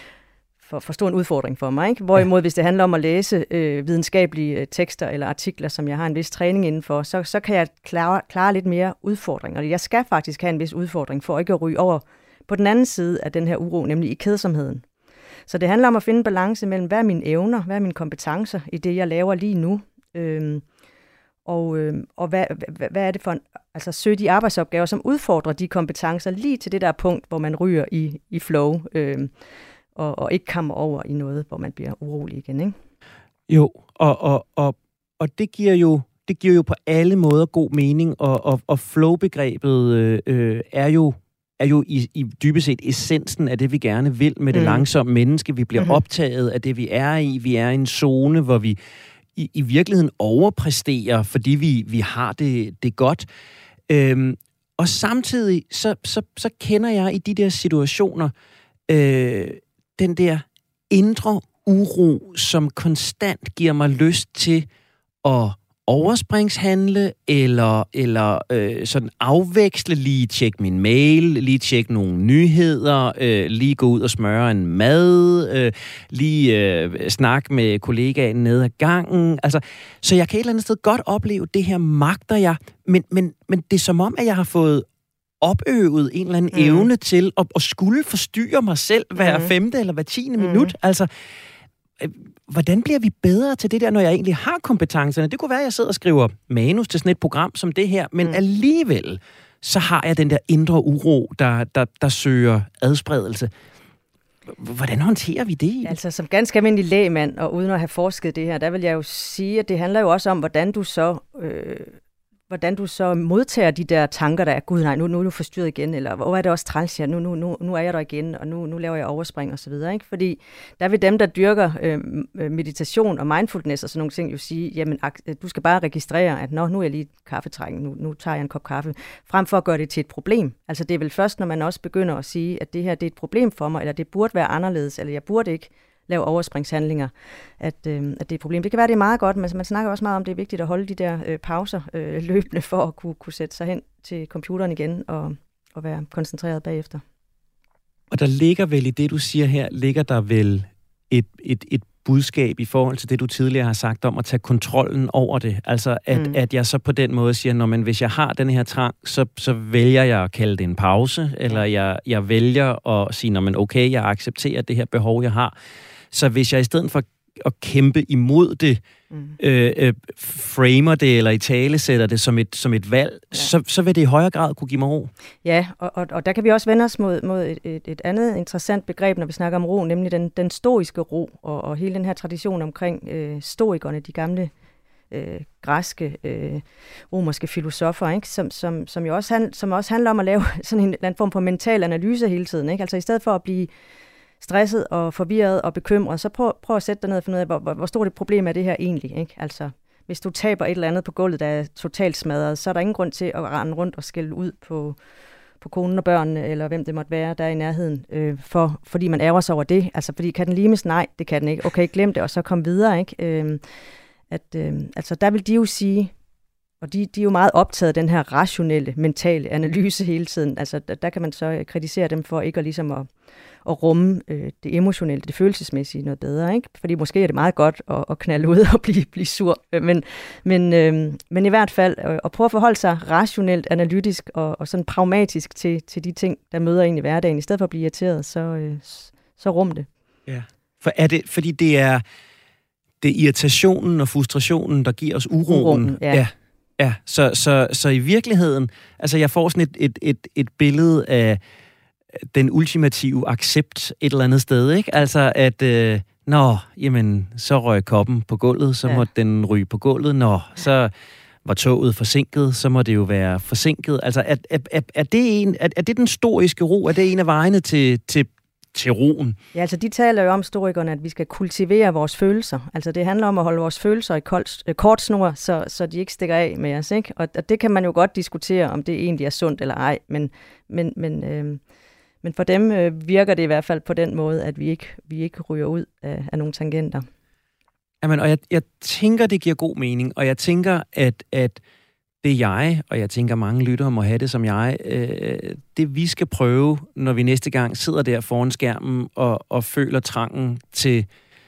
for, for stor en udfordring for mig, ikke? Hvorimod, hvis det handler om at læse øh, videnskabelige tekster eller artikler, som jeg har en vis træning indenfor, så, så kan jeg klare, klare lidt mere udfordringer. Jeg skal faktisk have en vis udfordring for ikke at ryge over på den anden side af den her uro, nemlig i kedsomheden. Så det handler om at finde en balance mellem, hvad er mine evner, hvad er mine kompetencer i det, jeg laver lige nu, øhm, og, øhm, og hvad, hvad, hvad er det for en, altså søge de arbejdsopgaver, som udfordrer de kompetencer lige til det der punkt, hvor man ryger i, i flow, øhm, og, og ikke kommer over i noget, hvor man bliver urolig igen, ikke? Jo, og, og, og, og det giver jo det giver jo på alle måder god mening, og, og, og flow-begrebet øh, er jo er jo i, i dybest set essensen af det, vi gerne vil med det mm. langsomme menneske. Vi bliver mm-hmm. optaget af det, vi er i. Vi er i en zone, hvor vi i, i virkeligheden overpræsterer, fordi vi, vi har det, det godt. Øhm, og samtidig, så, så, så kender jeg i de der situationer øh, den der indre uro, som konstant giver mig lyst til at overspringshandle, eller, eller øh, sådan afveksle, lige tjekke min mail, lige tjekke nogle nyheder, øh, lige gå ud og smøre en mad, øh, lige øh, snakke med kollegaen nede ad gangen. Altså, så jeg kan et eller andet sted godt opleve, det her magter jeg, men, men, men det er som om, at jeg har fået opøvet en eller anden mm. evne til at, at skulle forstyrre mig selv hver mm. femte eller hver tiende mm. minut. Altså, hvordan bliver vi bedre til det der, når jeg egentlig har kompetencerne? Det kunne være, at jeg sidder og skriver manus til sådan et program som det her, men mm. alligevel, så har jeg den der indre uro, der, der, der søger adspredelse. Hvordan håndterer vi det? Altså, som ganske almindelig lægmand, og uden at have forsket det her, der vil jeg jo sige, at det handler jo også om, hvordan du så... Øh hvordan du så modtager de der tanker, der er, gud nej, nu, nu er du forstyrret igen, eller hvor er det også træls her, nu, nu, nu, nu er jeg der igen, og nu, nu laver jeg overspring og så videre, ikke? Fordi der vil dem, der dyrker øh, meditation og mindfulness og sådan nogle ting, jo sige, jamen, du skal bare registrere, at nå, nu er jeg lige kaffetrækken, nu, nu tager jeg en kop kaffe, frem for at gøre det til et problem. Altså det er vel først, når man også begynder at sige, at det her det er et problem for mig, eller det burde være anderledes, eller jeg burde ikke lave overspringshandlinger, at, øh, at det er et problem. Det kan være, det er meget godt, men man snakker også meget om, det er vigtigt at holde de der øh, pauser øh, løbende for at kunne, kunne sætte sig hen til computeren igen og, og være koncentreret bagefter. Og der ligger vel i det, du siger her, ligger der vel et, et, et budskab i forhold til det, du tidligere har sagt om at tage kontrollen over det. Altså, at, mm. at jeg så på den måde siger, men hvis jeg har den her trang, så, så vælger jeg at kalde det en pause, eller jeg, jeg vælger at sige, men okay, jeg accepterer det her behov, jeg har. Så hvis jeg i stedet for at kæmpe imod det, mm. øh, øh, framer det eller i tale sætter det som et, som et valg, ja. så, så vil det i højere grad kunne give mig ro. Ja, og, og, og der kan vi også vende os mod, mod et, et, et andet interessant begreb, når vi snakker om ro, nemlig den, den stoiske ro, og, og hele den her tradition omkring øh, stoikerne, de gamle øh, græske, øh, romerske filosofer, ikke? Som, som, som jo også, hand, som også handler om at lave sådan en, en form for mental analyse hele tiden. Ikke? Altså i stedet for at blive stresset og forvirret og bekymret, så prøv, prøv at sætte dig ned og finde ud af, hvor, hvor, hvor stort et problem er det her egentlig. Ikke? Altså, hvis du taber et eller andet på gulvet, der er totalt smadret, så er der ingen grund til at rende rundt og skælde ud på, på konen og børnene, eller hvem det måtte være, der er i nærheden, øh, for, fordi man ærger sig over det. Altså, fordi kan den limes? Nej, det kan den ikke. Okay, glem det, og så kom videre. Ikke? Øh, at, øh, altså, der vil de jo sige, og de, de er jo meget optaget af den her rationelle, mentale analyse hele tiden. Altså, der, der kan man så kritisere dem for ikke at, ligesom at, at rumme øh, det emotionelle, det følelsesmæssige noget bedre. Ikke? Fordi måske er det meget godt at, at knalde ud og blive, blive sur. Men, men, øh, men i hvert fald øh, at prøve at forholde sig rationelt, analytisk og, og sådan pragmatisk til, til de ting, der møder en i hverdagen. I stedet for at blive irriteret, så, øh, så rum det. Ja, for er det, fordi det er, det er irritationen og frustrationen, der giver os uroen. uroen ja. ja. Ja, så, så, så i virkeligheden, altså jeg får sådan et, et, et, et billede af den ultimative accept et eller andet sted, ikke? Altså at, øh, nå, jamen, så røg koppen på gulvet, så ja. må den ryge på gulvet, nå, så var toget forsinket, så må det jo være forsinket. Altså er, er, er, er, det, en, er, er det den stoiske ro, er det en af vejene til, til til roen? Ja, altså de taler jo om, historikerne, at vi skal kultivere vores følelser. Altså det handler om at holde vores følelser i kold, øh, kort snor, så, så de ikke stikker af med os, ikke? Og, og det kan man jo godt diskutere, om det egentlig er sundt eller ej, men, men, men, øh, men for dem øh, virker det i hvert fald på den måde, at vi ikke, vi ikke ryger ud af, af nogle tangenter. Jamen, og jeg, jeg tænker, det giver god mening, og jeg tænker, at, at det jeg, og jeg tænker, mange lyttere må have det som jeg, øh, det vi skal prøve, når vi næste gang sidder der foran skærmen og, og føler trangen til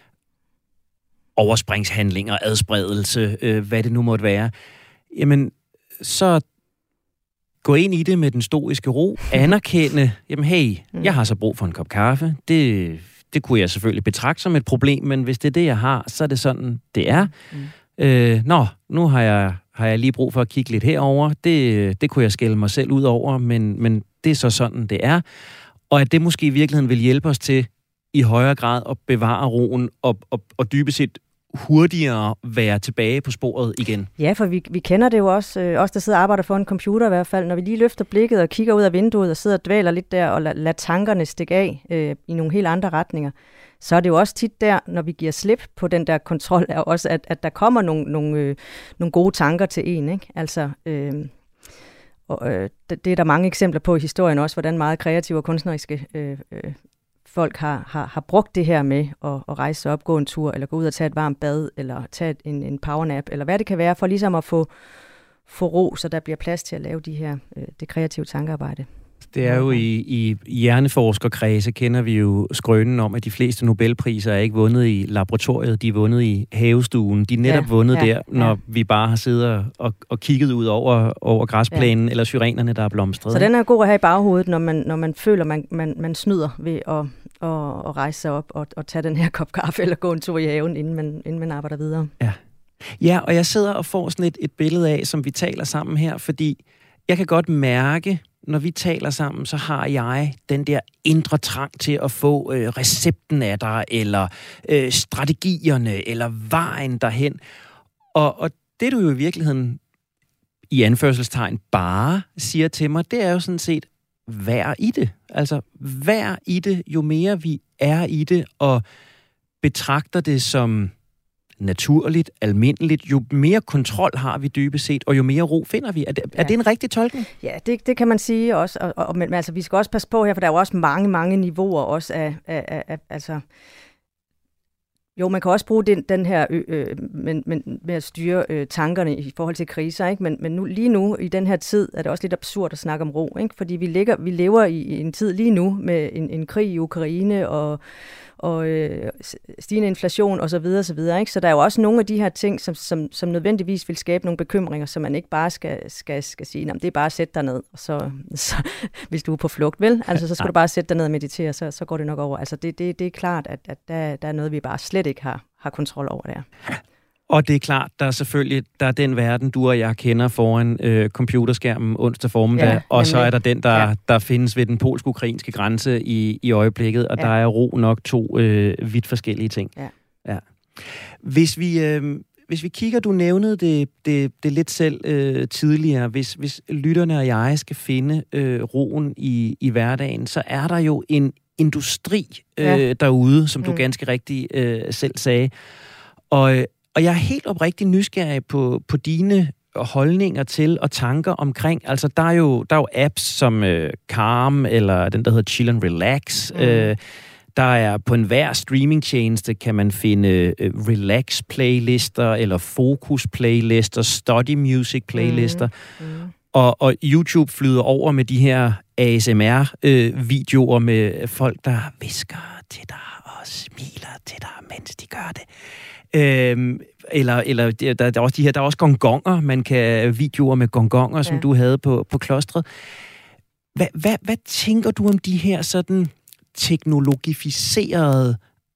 overspringshandlinger, adspredelse, øh, hvad det nu måtte være, jamen, så gå ind i det med den stoiske ro, anerkende, jamen hey, jeg har så brug for en kop kaffe, det, det kunne jeg selvfølgelig betragte som et problem, men hvis det er det, jeg har, så er det sådan, det er. Mm. Øh, nå, nu har jeg har jeg lige brug for at kigge lidt herover. Det, det kunne jeg skælde mig selv ud over, men, men det er så sådan, det er. Og at det måske i virkeligheden vil hjælpe os til i højere grad at bevare roen og, og, og dybest set hurtigere være tilbage på sporet igen. Ja, for vi, vi kender det jo også, øh, os der sidder og arbejder for en computer i hvert fald, når vi lige løfter blikket og kigger ud af vinduet og sidder og dvæler lidt der og lader lad tankerne stikke af øh, i nogle helt andre retninger, så er det jo også tit der, når vi giver slip på den der kontrol, er også, at, at der kommer nogle, nogle, øh, nogle gode tanker til en, ikke? Altså, øh, og, øh, det, det er der mange eksempler på i historien også, hvordan meget kreative og kunstneriske øh, øh, folk har, har, har brugt det her med at, at rejse sig op, gå en tur, eller gå ud og tage et varmt bad, eller tage en, en powernap, eller hvad det kan være, for ligesom at få, få ro, så der bliver plads til at lave de her, øh, det kreative tankearbejde. Det er jo i, i hjerneforskerkredse, kender vi jo skrønen om, at de fleste Nobelpriser er ikke vundet i laboratoriet, de er vundet i havestuen. De er netop ja, vundet ja, der, når ja. vi bare har siddet og, og kigget ud over, over græsplænen, ja. eller syrenerne, der er blomstret. Så den er god at have i baghovedet, når man, når man føler, man, man, man snyder ved at, at, at rejse sig op og, og tage den her kop kaffe, eller gå en tur i haven, inden man, inden man arbejder videre. Ja. ja, og jeg sidder og får sådan et, et billede af, som vi taler sammen her, fordi jeg kan godt mærke, når vi taler sammen, så har jeg den der indre trang til at få øh, recepten af dig, eller øh, strategierne, eller vejen derhen. Og, og det, du jo i virkeligheden, i anførselstegn, bare siger til mig, det er jo sådan set, vær i det. Altså, vær i det, jo mere vi er i det, og betragter det som naturligt, almindeligt, jo mere kontrol har vi dybest set, og jo mere ro finder vi. Er det, ja. er det en rigtig tolkning? Ja, det, det kan man sige også. Og, og, men altså, vi skal også passe på her, for der er jo også mange, mange niveauer også af, af, af, af altså... Jo, man kan også bruge den, den her ø, ø, men, men, med at styre ø, tankerne i forhold til kriser, ikke? Men, men nu, lige nu, i den her tid, er det også lidt absurd at snakke om ro, ikke? Fordi vi, ligger, vi lever i, i en tid lige nu med en, en krig i Ukraine og og øh, stigende inflation og så videre, så videre, ikke? Så der er jo også nogle af de her ting, som, som, som nødvendigvis vil skabe nogle bekymringer, så man ikke bare skal, skal, skal sige, det er bare at sætte dig ned, og så, så hvis du er på flugt, vel? Altså, så skal du bare sætte dig ned og meditere, så, så går det nok over. Altså, det, det, det er klart, at, at der, der er noget, vi bare slet ikke har, har kontrol over der. Og det er klart, der er selvfølgelig der er den verden, du og jeg kender foran øh, computerskærmen onsdag formiddag, ja, og så er der den, der, ja. der findes ved den polsk-ukrainske grænse i, i øjeblikket, og ja. der er ro nok to øh, vidt forskellige ting. Ja. Ja. Hvis vi... Øh, Hvis vi kigger, du nævnede det, det, det lidt selv øh, tidligere, hvis, hvis lytterne og jeg skal finde øh, roen i, i hverdagen, så er der jo en industri øh, ja. derude, som du mm. ganske rigtigt øh, selv sagde. Og, og jeg er helt oprigtigt nysgerrig på, på dine holdninger til og tanker omkring, altså der er jo, der er jo apps som øh, Calm, eller den, der hedder Chill and Relax, mm. øh, der er på enhver streamingtjeneste, kan man finde uh, relax-playlister, eller focus-playlister, study-music-playlister. Mm. Mm. Og, og YouTube flyder over med de her A S M R-videoer øh, med folk, der hvisker til dig og smiler til dig, mens de gør det. Øhm, eller eller der, der, er også de her, der er også gongonger, man kan videoer med gongonger, ja. som du havde på, på klostret. Hva, hva, hvad tænker du om de her sådan teknologificerede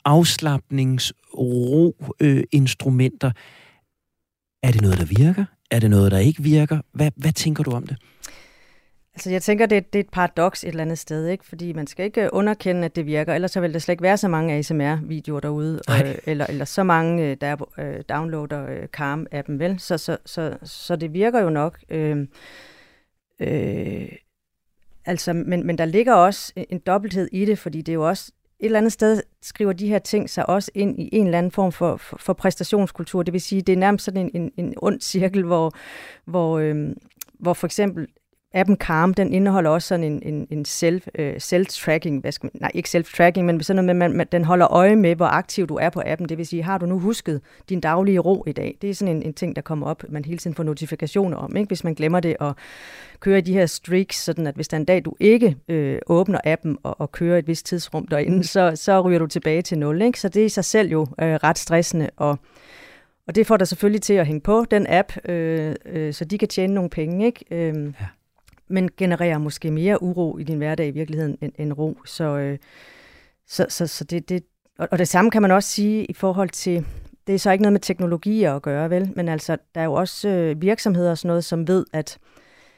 afslapnings-ro-instrumenter? Er det noget, der virker? Er det noget, der ikke virker? Hvad, hvad tænker du om det? Altså, jeg tænker, det er, det er et paradoks et eller andet sted, ikke? Fordi man skal ikke underkende, at det virker, ellers så vil der slet ikke være så mange A S M R-videoer derude, øh, eller, eller så mange, der øh, downloader øh, Calm-appen, vel? Så, så, så, så det virker jo nok. Øh, øh, Altså, men, men der ligger også en dobbelthed i det, fordi det er jo også et eller andet sted skriver de her ting sig også ind i en eller anden form for, for, for præstationskultur. Det vil sige, det er nærmest sådan en, en, en ond cirkel, hvor, hvor, øhm, hvor for eksempel appen Calm, den indeholder også sådan en, en, en self, øh, self-tracking, hvad skal man, nej, ikke self-tracking, men sådan noget med, man, man, den holder øje med, hvor aktiv du er på appen. Det vil sige, har du nu husket din daglige ro i dag? Det er sådan en, en ting, der kommer op, man hele tiden får notifikationer om, ikke? Hvis man glemmer det og kører i de her streaks, sådan at hvis der en dag, du ikke øh, åbner appen og, og kører et vist tidsrum derinde, så, så ryger du tilbage til nul, ikke? Så det er i sig selv jo øh, ret stressende, og og det får der selvfølgelig til at hænge på, den app, øh, øh, så de kan tjene nogle penge, ikke? Øh, ja. Men genererer måske mere uro i din hverdag i virkeligheden end, end ro. Så, øh, så, så, så det, det, og, og det samme kan man også sige i forhold til, det er så ikke noget med teknologier at gøre, vel? Men altså, der er jo også øh, virksomheder og sådan noget, som ved, at,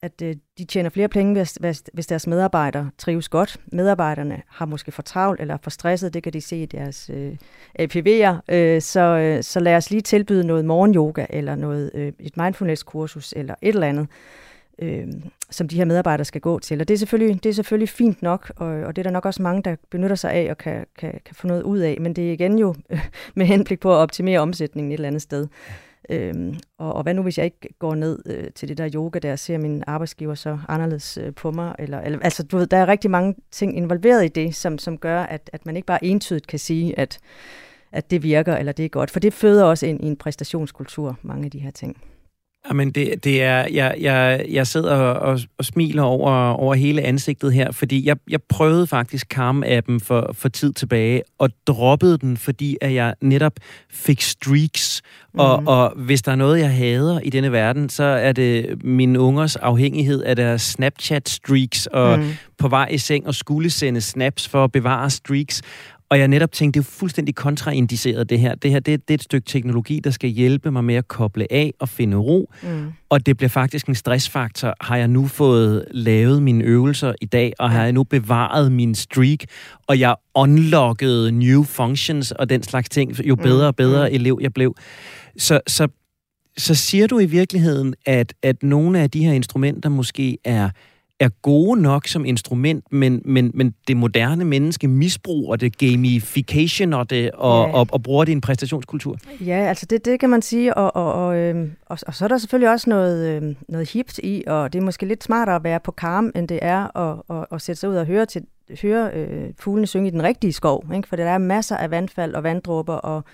at øh, de tjener flere penge, hvis, hvis, hvis deres medarbejdere trives godt. Medarbejderne har måske for travlt eller for stresset, det kan de se i deres øh, A P V'er. Øh, så, øh, så lad os lige tilbyde noget morgenyoga, eller noget, øh, et mindfulness-kursus, eller et eller andet, øh, som de her medarbejdere skal gå til. Og det er selvfølgelig, det er selvfølgelig fint nok, og, og det er der nok også mange, der benytter sig af og kan, kan, kan få noget ud af. Men det er igen jo øh, med henblik på at optimere omsætningen et eller andet sted. Øhm, og, og hvad nu, hvis jeg ikke går ned øh, til det der yoga, der ser min arbejdsgiver så anderledes øh, på mig? Eller, eller, altså, du ved, der er rigtig mange ting involveret i det, som, som gør, at, at man ikke bare entydigt kan sige, at, at det virker, eller det er godt. For det føder også ind i en præstationskultur, mange af de her ting. Jamen, det, det er, jeg, jeg, jeg sidder og, og smiler over, over hele ansigtet her, fordi jeg, jeg prøvede faktisk Calm-appen for, for tid tilbage, og droppede den, fordi at jeg netop fik streaks. Og, mm. og hvis der er noget, jeg hader i denne verden, så er det mine ungers afhængighed af deres Snapchat-streaks, og mm. på vej i seng og skulle sende snaps for at bevare streaks. Og jeg netop tænkte, det er fuldstændig kontraindiceret det her. Det her, det, det er et stykke teknologi, der skal hjælpe mig med at koble af og finde ro. Mm. Og det bliver faktisk en stressfaktor. Har jeg nu fået lavet mine øvelser i dag, og har jeg nu bevaret min streak, og jeg unlockede new functions og den slags ting, jo bedre og bedre mm. elev jeg blev. Så, så, så siger du i virkeligheden, at, at nogle af de her instrumenter måske er er gode nok som instrument, men, men, men det moderne menneske misbruger det, gamification og det, og, ja. og, og bruger det i en præstationskultur. Ja, altså det, det kan man sige, og, og, og, øhm, og, og så er der selvfølgelig også noget, øhm, noget hipt i, og det er måske lidt smartere at være på Calm, end det er at, at, at sætte sig ud og høre, til, høre øh, fuglene synge i den rigtige skov, ikke? For der er masser af vandfald og vanddråber og,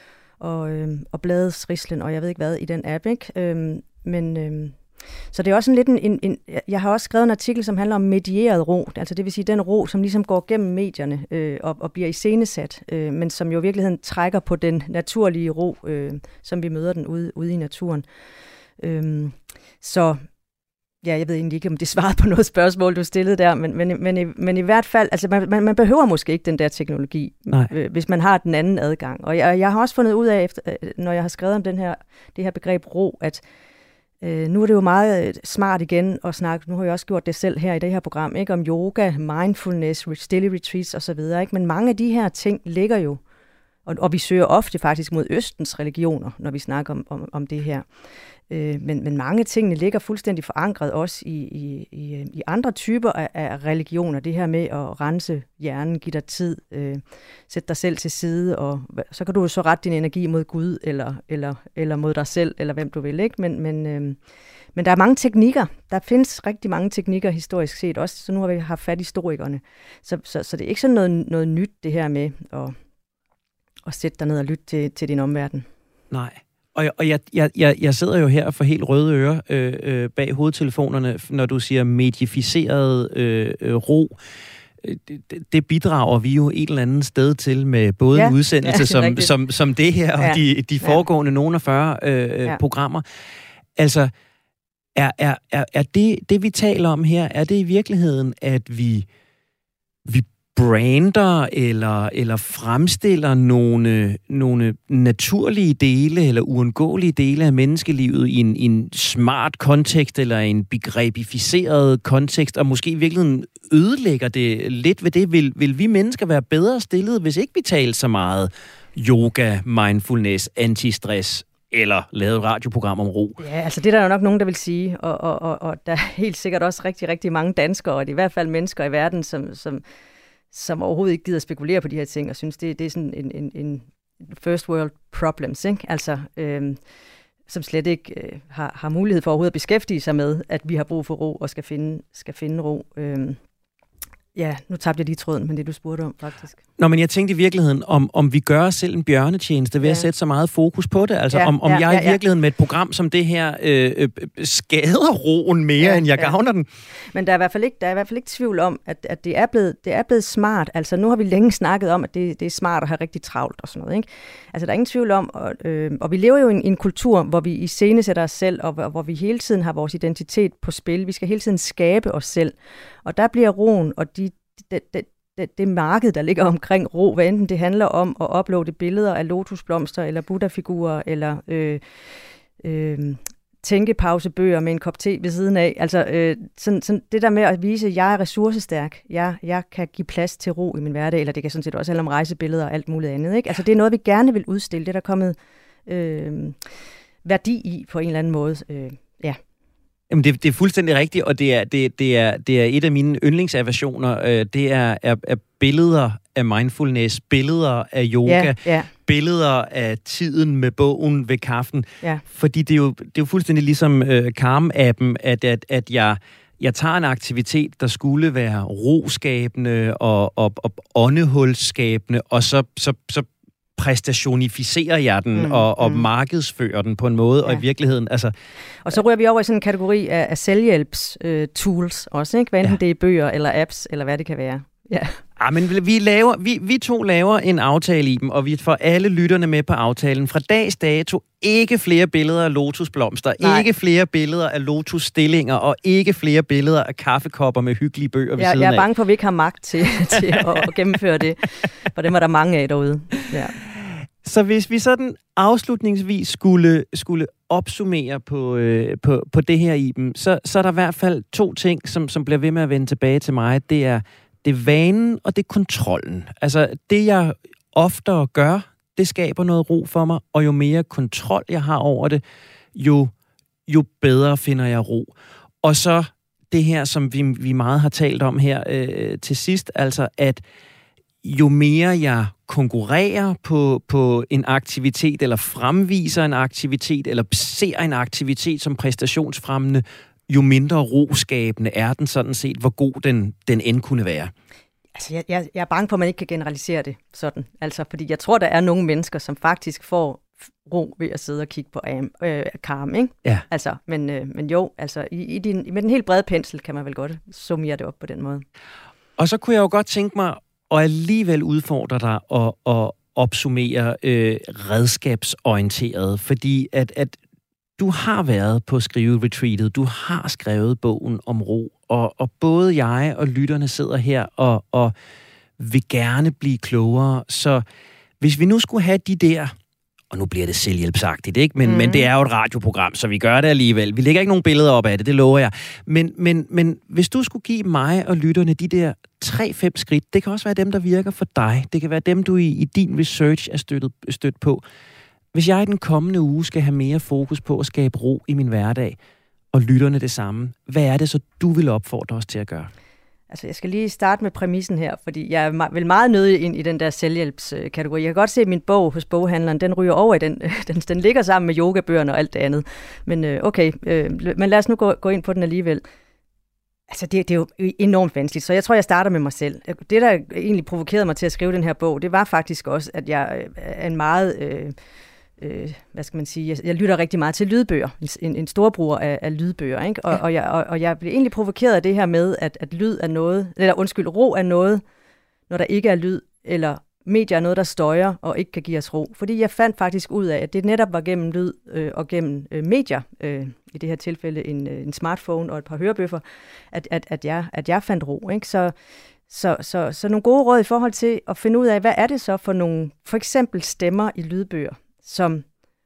og, øhm, og bladets rislen, og jeg ved ikke hvad i den app, ikke? Øhm, men... Øhm, Så det er også en lidt en, en, en... Jeg har også skrevet en artikel, som handler om medieret ro. Altså det vil sige den ro, som ligesom går gennem medierne øh, og, og bliver iscenesat, øh, men som jo i virkeligheden trækker på den naturlige ro, øh, som vi møder den ude, ude i naturen. Øh, så ja, jeg ved egentlig ikke, om det svarede på noget spørgsmål, du stillede der, men, men, men, i, men i hvert fald, altså man, man, man behøver måske ikke den der teknologi, øh, hvis man har den anden adgang. Og jeg, jeg har også fundet ud af, efter, når jeg har skrevet om den her, det her begreb ro, at Uh, nu er det jo meget smart igen at snakke, nu har jeg også gjort det selv her i det her program, ikke, om yoga, mindfulness, stille retreats osv., ikke? Men mange af de her ting ligger jo, og, og vi søger ofte faktisk mod Østens religioner, når vi snakker om, om, om det her. Uh, men, men mange af tingene ligger fuldstændig forankret også i, i, i, i andre typer af, af religioner. Det her med at rense hjernen, give dig tid, uh, sætte dig selv til side, og så kan du jo så rette din energi mod Gud, eller, eller, eller mod dig selv, eller hvem du vil, ikke? Men, men, uh, men der er mange teknikker. Der findes rigtig mange teknikker historisk set også, så nu har vi haft fat i historikerne. Så, så, så det er ikke sådan noget, noget nyt, det her med at, at sætte dig ned og lytte til, til din omverden. Nej. Og, og jeg, jeg, jeg sidder jo her for helt røde ører øh, øh, bag hovedtelefonerne, når du siger medificeret øh, øh, ro. Det, det bidrager vi jo et eller andet sted til med både ja, en udsendelse ja, som, som, som det her og ja, de, de foregående ja. nogle af fyrre øh, ja. programmer. Altså, er, er, er, er det, det, vi taler om her, er det i virkeligheden, at vi, vi brander eller, eller fremstiller nogle, nogle naturlige dele eller uundgåelige dele af menneskelivet i en, i en smart kontekst eller en begrebificeret kontekst, og måske i virkeligheden ødelægger det lidt ved det? Vil, vil vi mennesker være bedre stillet, hvis ikke vi talte så meget yoga, mindfulness, antistress, eller lavet et radioprogram om ro? Ja, altså det er der jo nok nogen, der vil sige, og, og, og, og der er helt sikkert også rigtig, rigtig mange danskere, og det er i hvert fald mennesker i verden, som, som som overhovedet ikke gider spekulere på de her ting, og synes, det, det er sådan en, en, en first world problems, ikke? Altså, øhm, som slet ikke øh, har, har mulighed for overhovedet at beskæftige sig med, at vi har brug for ro og skal finde, skal finde ro. Øhm, ja, nu tabte jeg lige tråden, men det du spurgte om, faktisk. Nå, men jeg tænkte i virkeligheden, om, om vi gør os selv en bjørnetjeneste ved ja. at sætte så meget fokus på det. Altså, ja, om, om ja, jeg ja, ja. i virkeligheden med et program som det her øh, øh, skader roen mere, ja, end jeg ja. gavner den. Men der er i hvert fald ikke, der er i hvert fald ikke tvivl om, at, at det, er blevet, det er blevet smart. Altså, nu har vi længe snakket om, at det, det er smart at have rigtig travlt og sådan noget, ikke? Altså, der er ingen tvivl om, og, øh, og vi lever jo i en, en kultur, hvor vi iscenesætter os selv, og hvor, hvor vi hele tiden har vores identitet på spil. Vi skal hele tiden skabe os selv. Og der bliver roen og de Det, det, det, det marked, der ligger omkring ro, hvad enten det handler om at uploade billeder af lotusblomster, eller buddha-figurer, eller øh, øh, tænkepausebøger med en kop te ved siden af. Altså øh, sådan, sådan det der med at vise, at jeg er ressourcestærk, jeg, jeg kan give plads til ro i min hverdag, eller det kan sådan set også handle om rejsebilleder og alt muligt andet. Ikke? Altså det er noget, vi gerne vil udstille. Det er der kommet øh, værdi i på en eller anden måde. Øh, ja. Jamen det, det er fuldstændig rigtigt, og det er, det, det er, det er et af mine yndlingsaversioner. Øh, det er, er, er billeder af mindfulness, billeder af yoga, ja, ja. billeder af tiden med bogen ved kaffen. Ja. Fordi det er jo, det er jo fuldstændig ligesom øh, Calm-appen, at, at, at jeg, jeg tager en aktivitet, der skulle være roskabende og, og, og åndehulsskabende, og så, så, så præstationificerer jeg den mm, og, og mm. markedsfører den på en måde, ja. Og i virkeligheden, altså... Og så ryger vi over i sådan en kategori af, af selvhjælps-tools øh, også, ikke? Hvad enten ja. Det er bøger eller apps, eller hvad det kan være. Ja. Ja, men vi, laver, vi, vi to laver en aftale i dem, og vi får alle lytterne med på aftalen. Fra dags dato, ikke flere billeder af lotusblomster, Nej. Ikke flere billeder af lotusstillinger, og ikke flere billeder af kaffekopper med hyggelige bøger ved jeg, siden af. Jeg er bange for, at vi ikke har magt til, til at, at gennemføre det, for dem er der mange af derude. Ja. Så hvis vi sådan afslutningsvis skulle, skulle opsummere på, øh, på, på det her, Iben, så, så er der i hvert fald to ting, som, som bliver ved med at vende tilbage til mig. Det er Det er vanen, og det er kontrollen. Altså, det jeg oftere gør, det skaber noget ro for mig, og jo mere kontrol jeg har over det, jo, jo bedre finder jeg ro. Og så det her, som vi, vi meget har talt om her øh, til sidst, altså at jo mere jeg konkurrerer på, på en aktivitet, eller fremviser en aktivitet, eller ser en aktivitet som præstationsfremmende, jo mindre roskabende er den sådan set, hvor god den, den end kunne være. Altså, jeg, jeg, jeg er bange for, at man ikke kan generalisere det sådan. Altså, fordi jeg tror, der er nogle mennesker, som faktisk får ro ved at sidde og kigge på am, øh, Calm, ikke? Ja. Altså, men, øh, men jo, altså, i, i din, med den helt brede pensel kan man vel godt summere det op på den måde. Og så kunne jeg jo godt tænke mig at alligevel udfordre dig og, og opsummere øh, redskabsorienteret, fordi at, at du har været på skriveretreatet, du har skrevet bogen om ro, og, og både jeg og lytterne sidder her og, og vil gerne blive klogere. Så hvis vi nu skulle have de der, og nu bliver det selvhjælpsagtigt, ikke? Men, mm. men det er jo et radioprogram, så vi gør det alligevel. Vi lægger ikke nogen billeder op af det, det lover jeg. Men, men, men hvis du skulle give mig og lytterne de der tre-fem skridt, det kan også være dem, der virker for dig. Det kan være dem, du i, i din research er støttet, stødt på. Hvis jeg i den kommende uge skal have mere fokus på at skabe ro i min hverdag, og lytterne det samme, hvad er det så, du vil opfordre os til at gøre? Altså, jeg skal lige starte med præmissen her, fordi jeg vil meget nødig ind i den der selvhjælpskategori. Jeg kan godt se, at min bog hos boghandleren, den ryger over i den. Den, den ligger sammen med yogabøgerne og alt det andet. Men okay, men lad os nu gå, gå ind på den alligevel. Altså, det, det er jo enormt vanskeligt, så jeg tror, jeg starter med mig selv. Det, der egentlig provokerede mig til at skrive den her bog, det var faktisk også, at jeg er en meget... Øh, Øh, hvad skal man sige, jeg, jeg lytter rigtig meget til lydbøger, en, en storbruger af, af lydbøger, ikke? Og, ja. og, jeg, og, og jeg blev egentlig provokeret af det her med, at, at lyd er noget, eller undskyld, ro er noget, når der ikke er lyd, eller medier er noget, der støjer og ikke kan give os ro. Fordi jeg fandt faktisk ud af, at det netop var gennem lyd øh, og gennem øh, medier, øh, i det her tilfælde en, en smartphone og et par hørebøffer, at, at, at, jeg, at jeg fandt ro, ikke? Så Så, så, så nogle gode råd i forhold til at finde ud af, hvad er det så for nogle, for eksempel stemmer i lydbøger, som,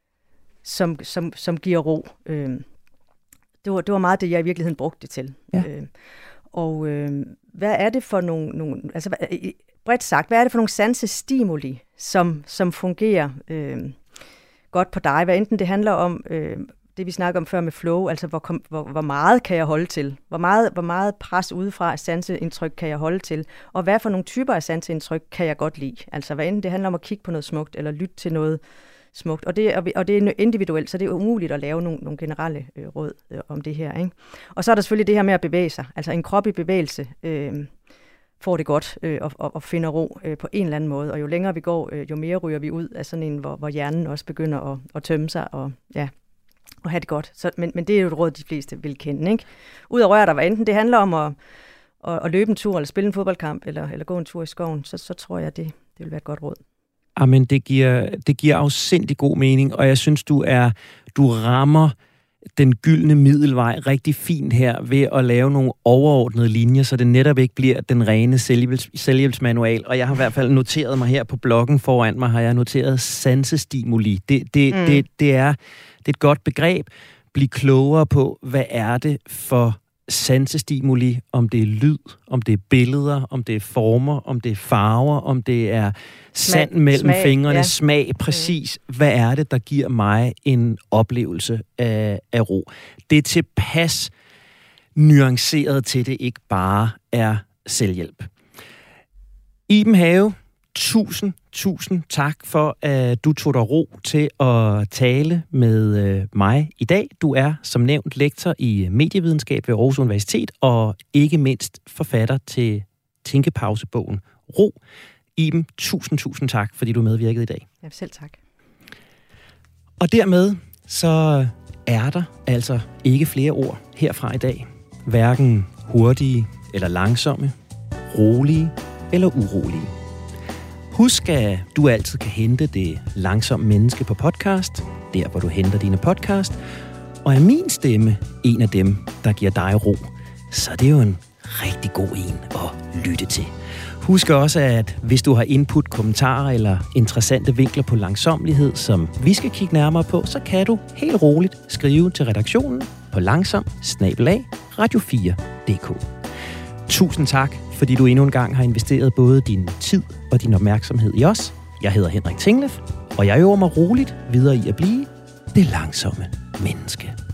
som, som, som giver ro. Øh, det, var, det var meget det, jeg i virkeligheden brugte det til. Ja. Øh, og øh, hvad er det for nogle, nogle altså bredt sagt, hvad er det for nogle sansestimuli, som, som fungerer øh, godt på dig? Hvad enten det handler om øh, det, vi snakker om før med flow, altså hvor, hvor, hvor meget kan jeg holde til? Hvor meget, hvor meget pres udefra af sanseindtryk kan jeg holde til? Og hvad for nogle typer af sanseindtryk kan jeg godt lide? Altså hvad enten det handler om at kigge på noget smukt, eller lytte til noget smukt. Og det, og det er individuelt, så det er umuligt at lave nogle, nogle generelle øh, råd øh, om det her, ikke? Og så er der selvfølgelig det her med at bevæge sig. Altså en krop i bevægelse øh, får det godt øh, og, og, og finder ro øh, på en eller anden måde. Og jo længere vi går, øh, jo mere ryger vi ud af sådan en, hvor, hvor hjernen også begynder at, at tømme sig og ja, og have det godt. Så, men, men det er jo et råd, de fleste vil kende, ikke? Ud af rør, der var enten det handler om at, at, at løbe en tur, eller spille en fodboldkamp, eller, eller gå en tur i skoven, så, så tror jeg, det, det vil være et godt råd. Amen, det giver, det giver afsindig god mening, og jeg synes, du er du rammer den gyldne middelvej rigtig fint her ved at lave nogle overordnede linjer, så det netop ikke bliver den rene selvhjælps, selvhjælpsmanual. Og jeg har i hvert fald noteret mig her på bloggen foran mig, har jeg noteret sansestimuli. Det, det, mm. det, det, er, det er et godt begreb. blive klogere på, hvad er det for sansestimuli, om det er lyd, om det er billeder, om det er former, om det er farver, om det er sand Smag, mellem smag, fingrene, ja. smag, præcis. Hvad er det, der giver mig en oplevelse af, af ro? Det er tilpas nuanceret til, det ikke bare er selvhjælp. Iben Have, tusind, tusind tak for, at du tog dig ro til at tale med øh, mig i dag. Du er, som nævnt, lektor i medievidenskab ved Aarhus Universitet, og ikke mindst forfatter til tænkepausebogen Ro. Iben, tusind, tusind tak, fordi du medvirkede i dag. Ja, selv tak. Og dermed så er der altså ikke flere ord herfra i dag. Hverken hurtige eller langsomme, rolige eller urolige. Husk, at du altid kan hente Det Langsomme Menneske på podcast, der hvor du henter dine podcast. Og er min stemme en af dem, der giver dig ro, så er det jo en rigtig god en at lytte til. Husk også, at hvis du har input, kommentarer eller interessante vinkler på langsommelighed, som vi skal kigge nærmere på, så kan du helt roligt skrive til redaktionen på langsom bindestreg radio fire punktum d k. Tusind tak, fordi du endnu en gang har investeret både din tid og din opmærksomhed i os. Jeg hedder Henrik Tinglef, og jeg øver mig roligt videre i at blive det langsomme menneske.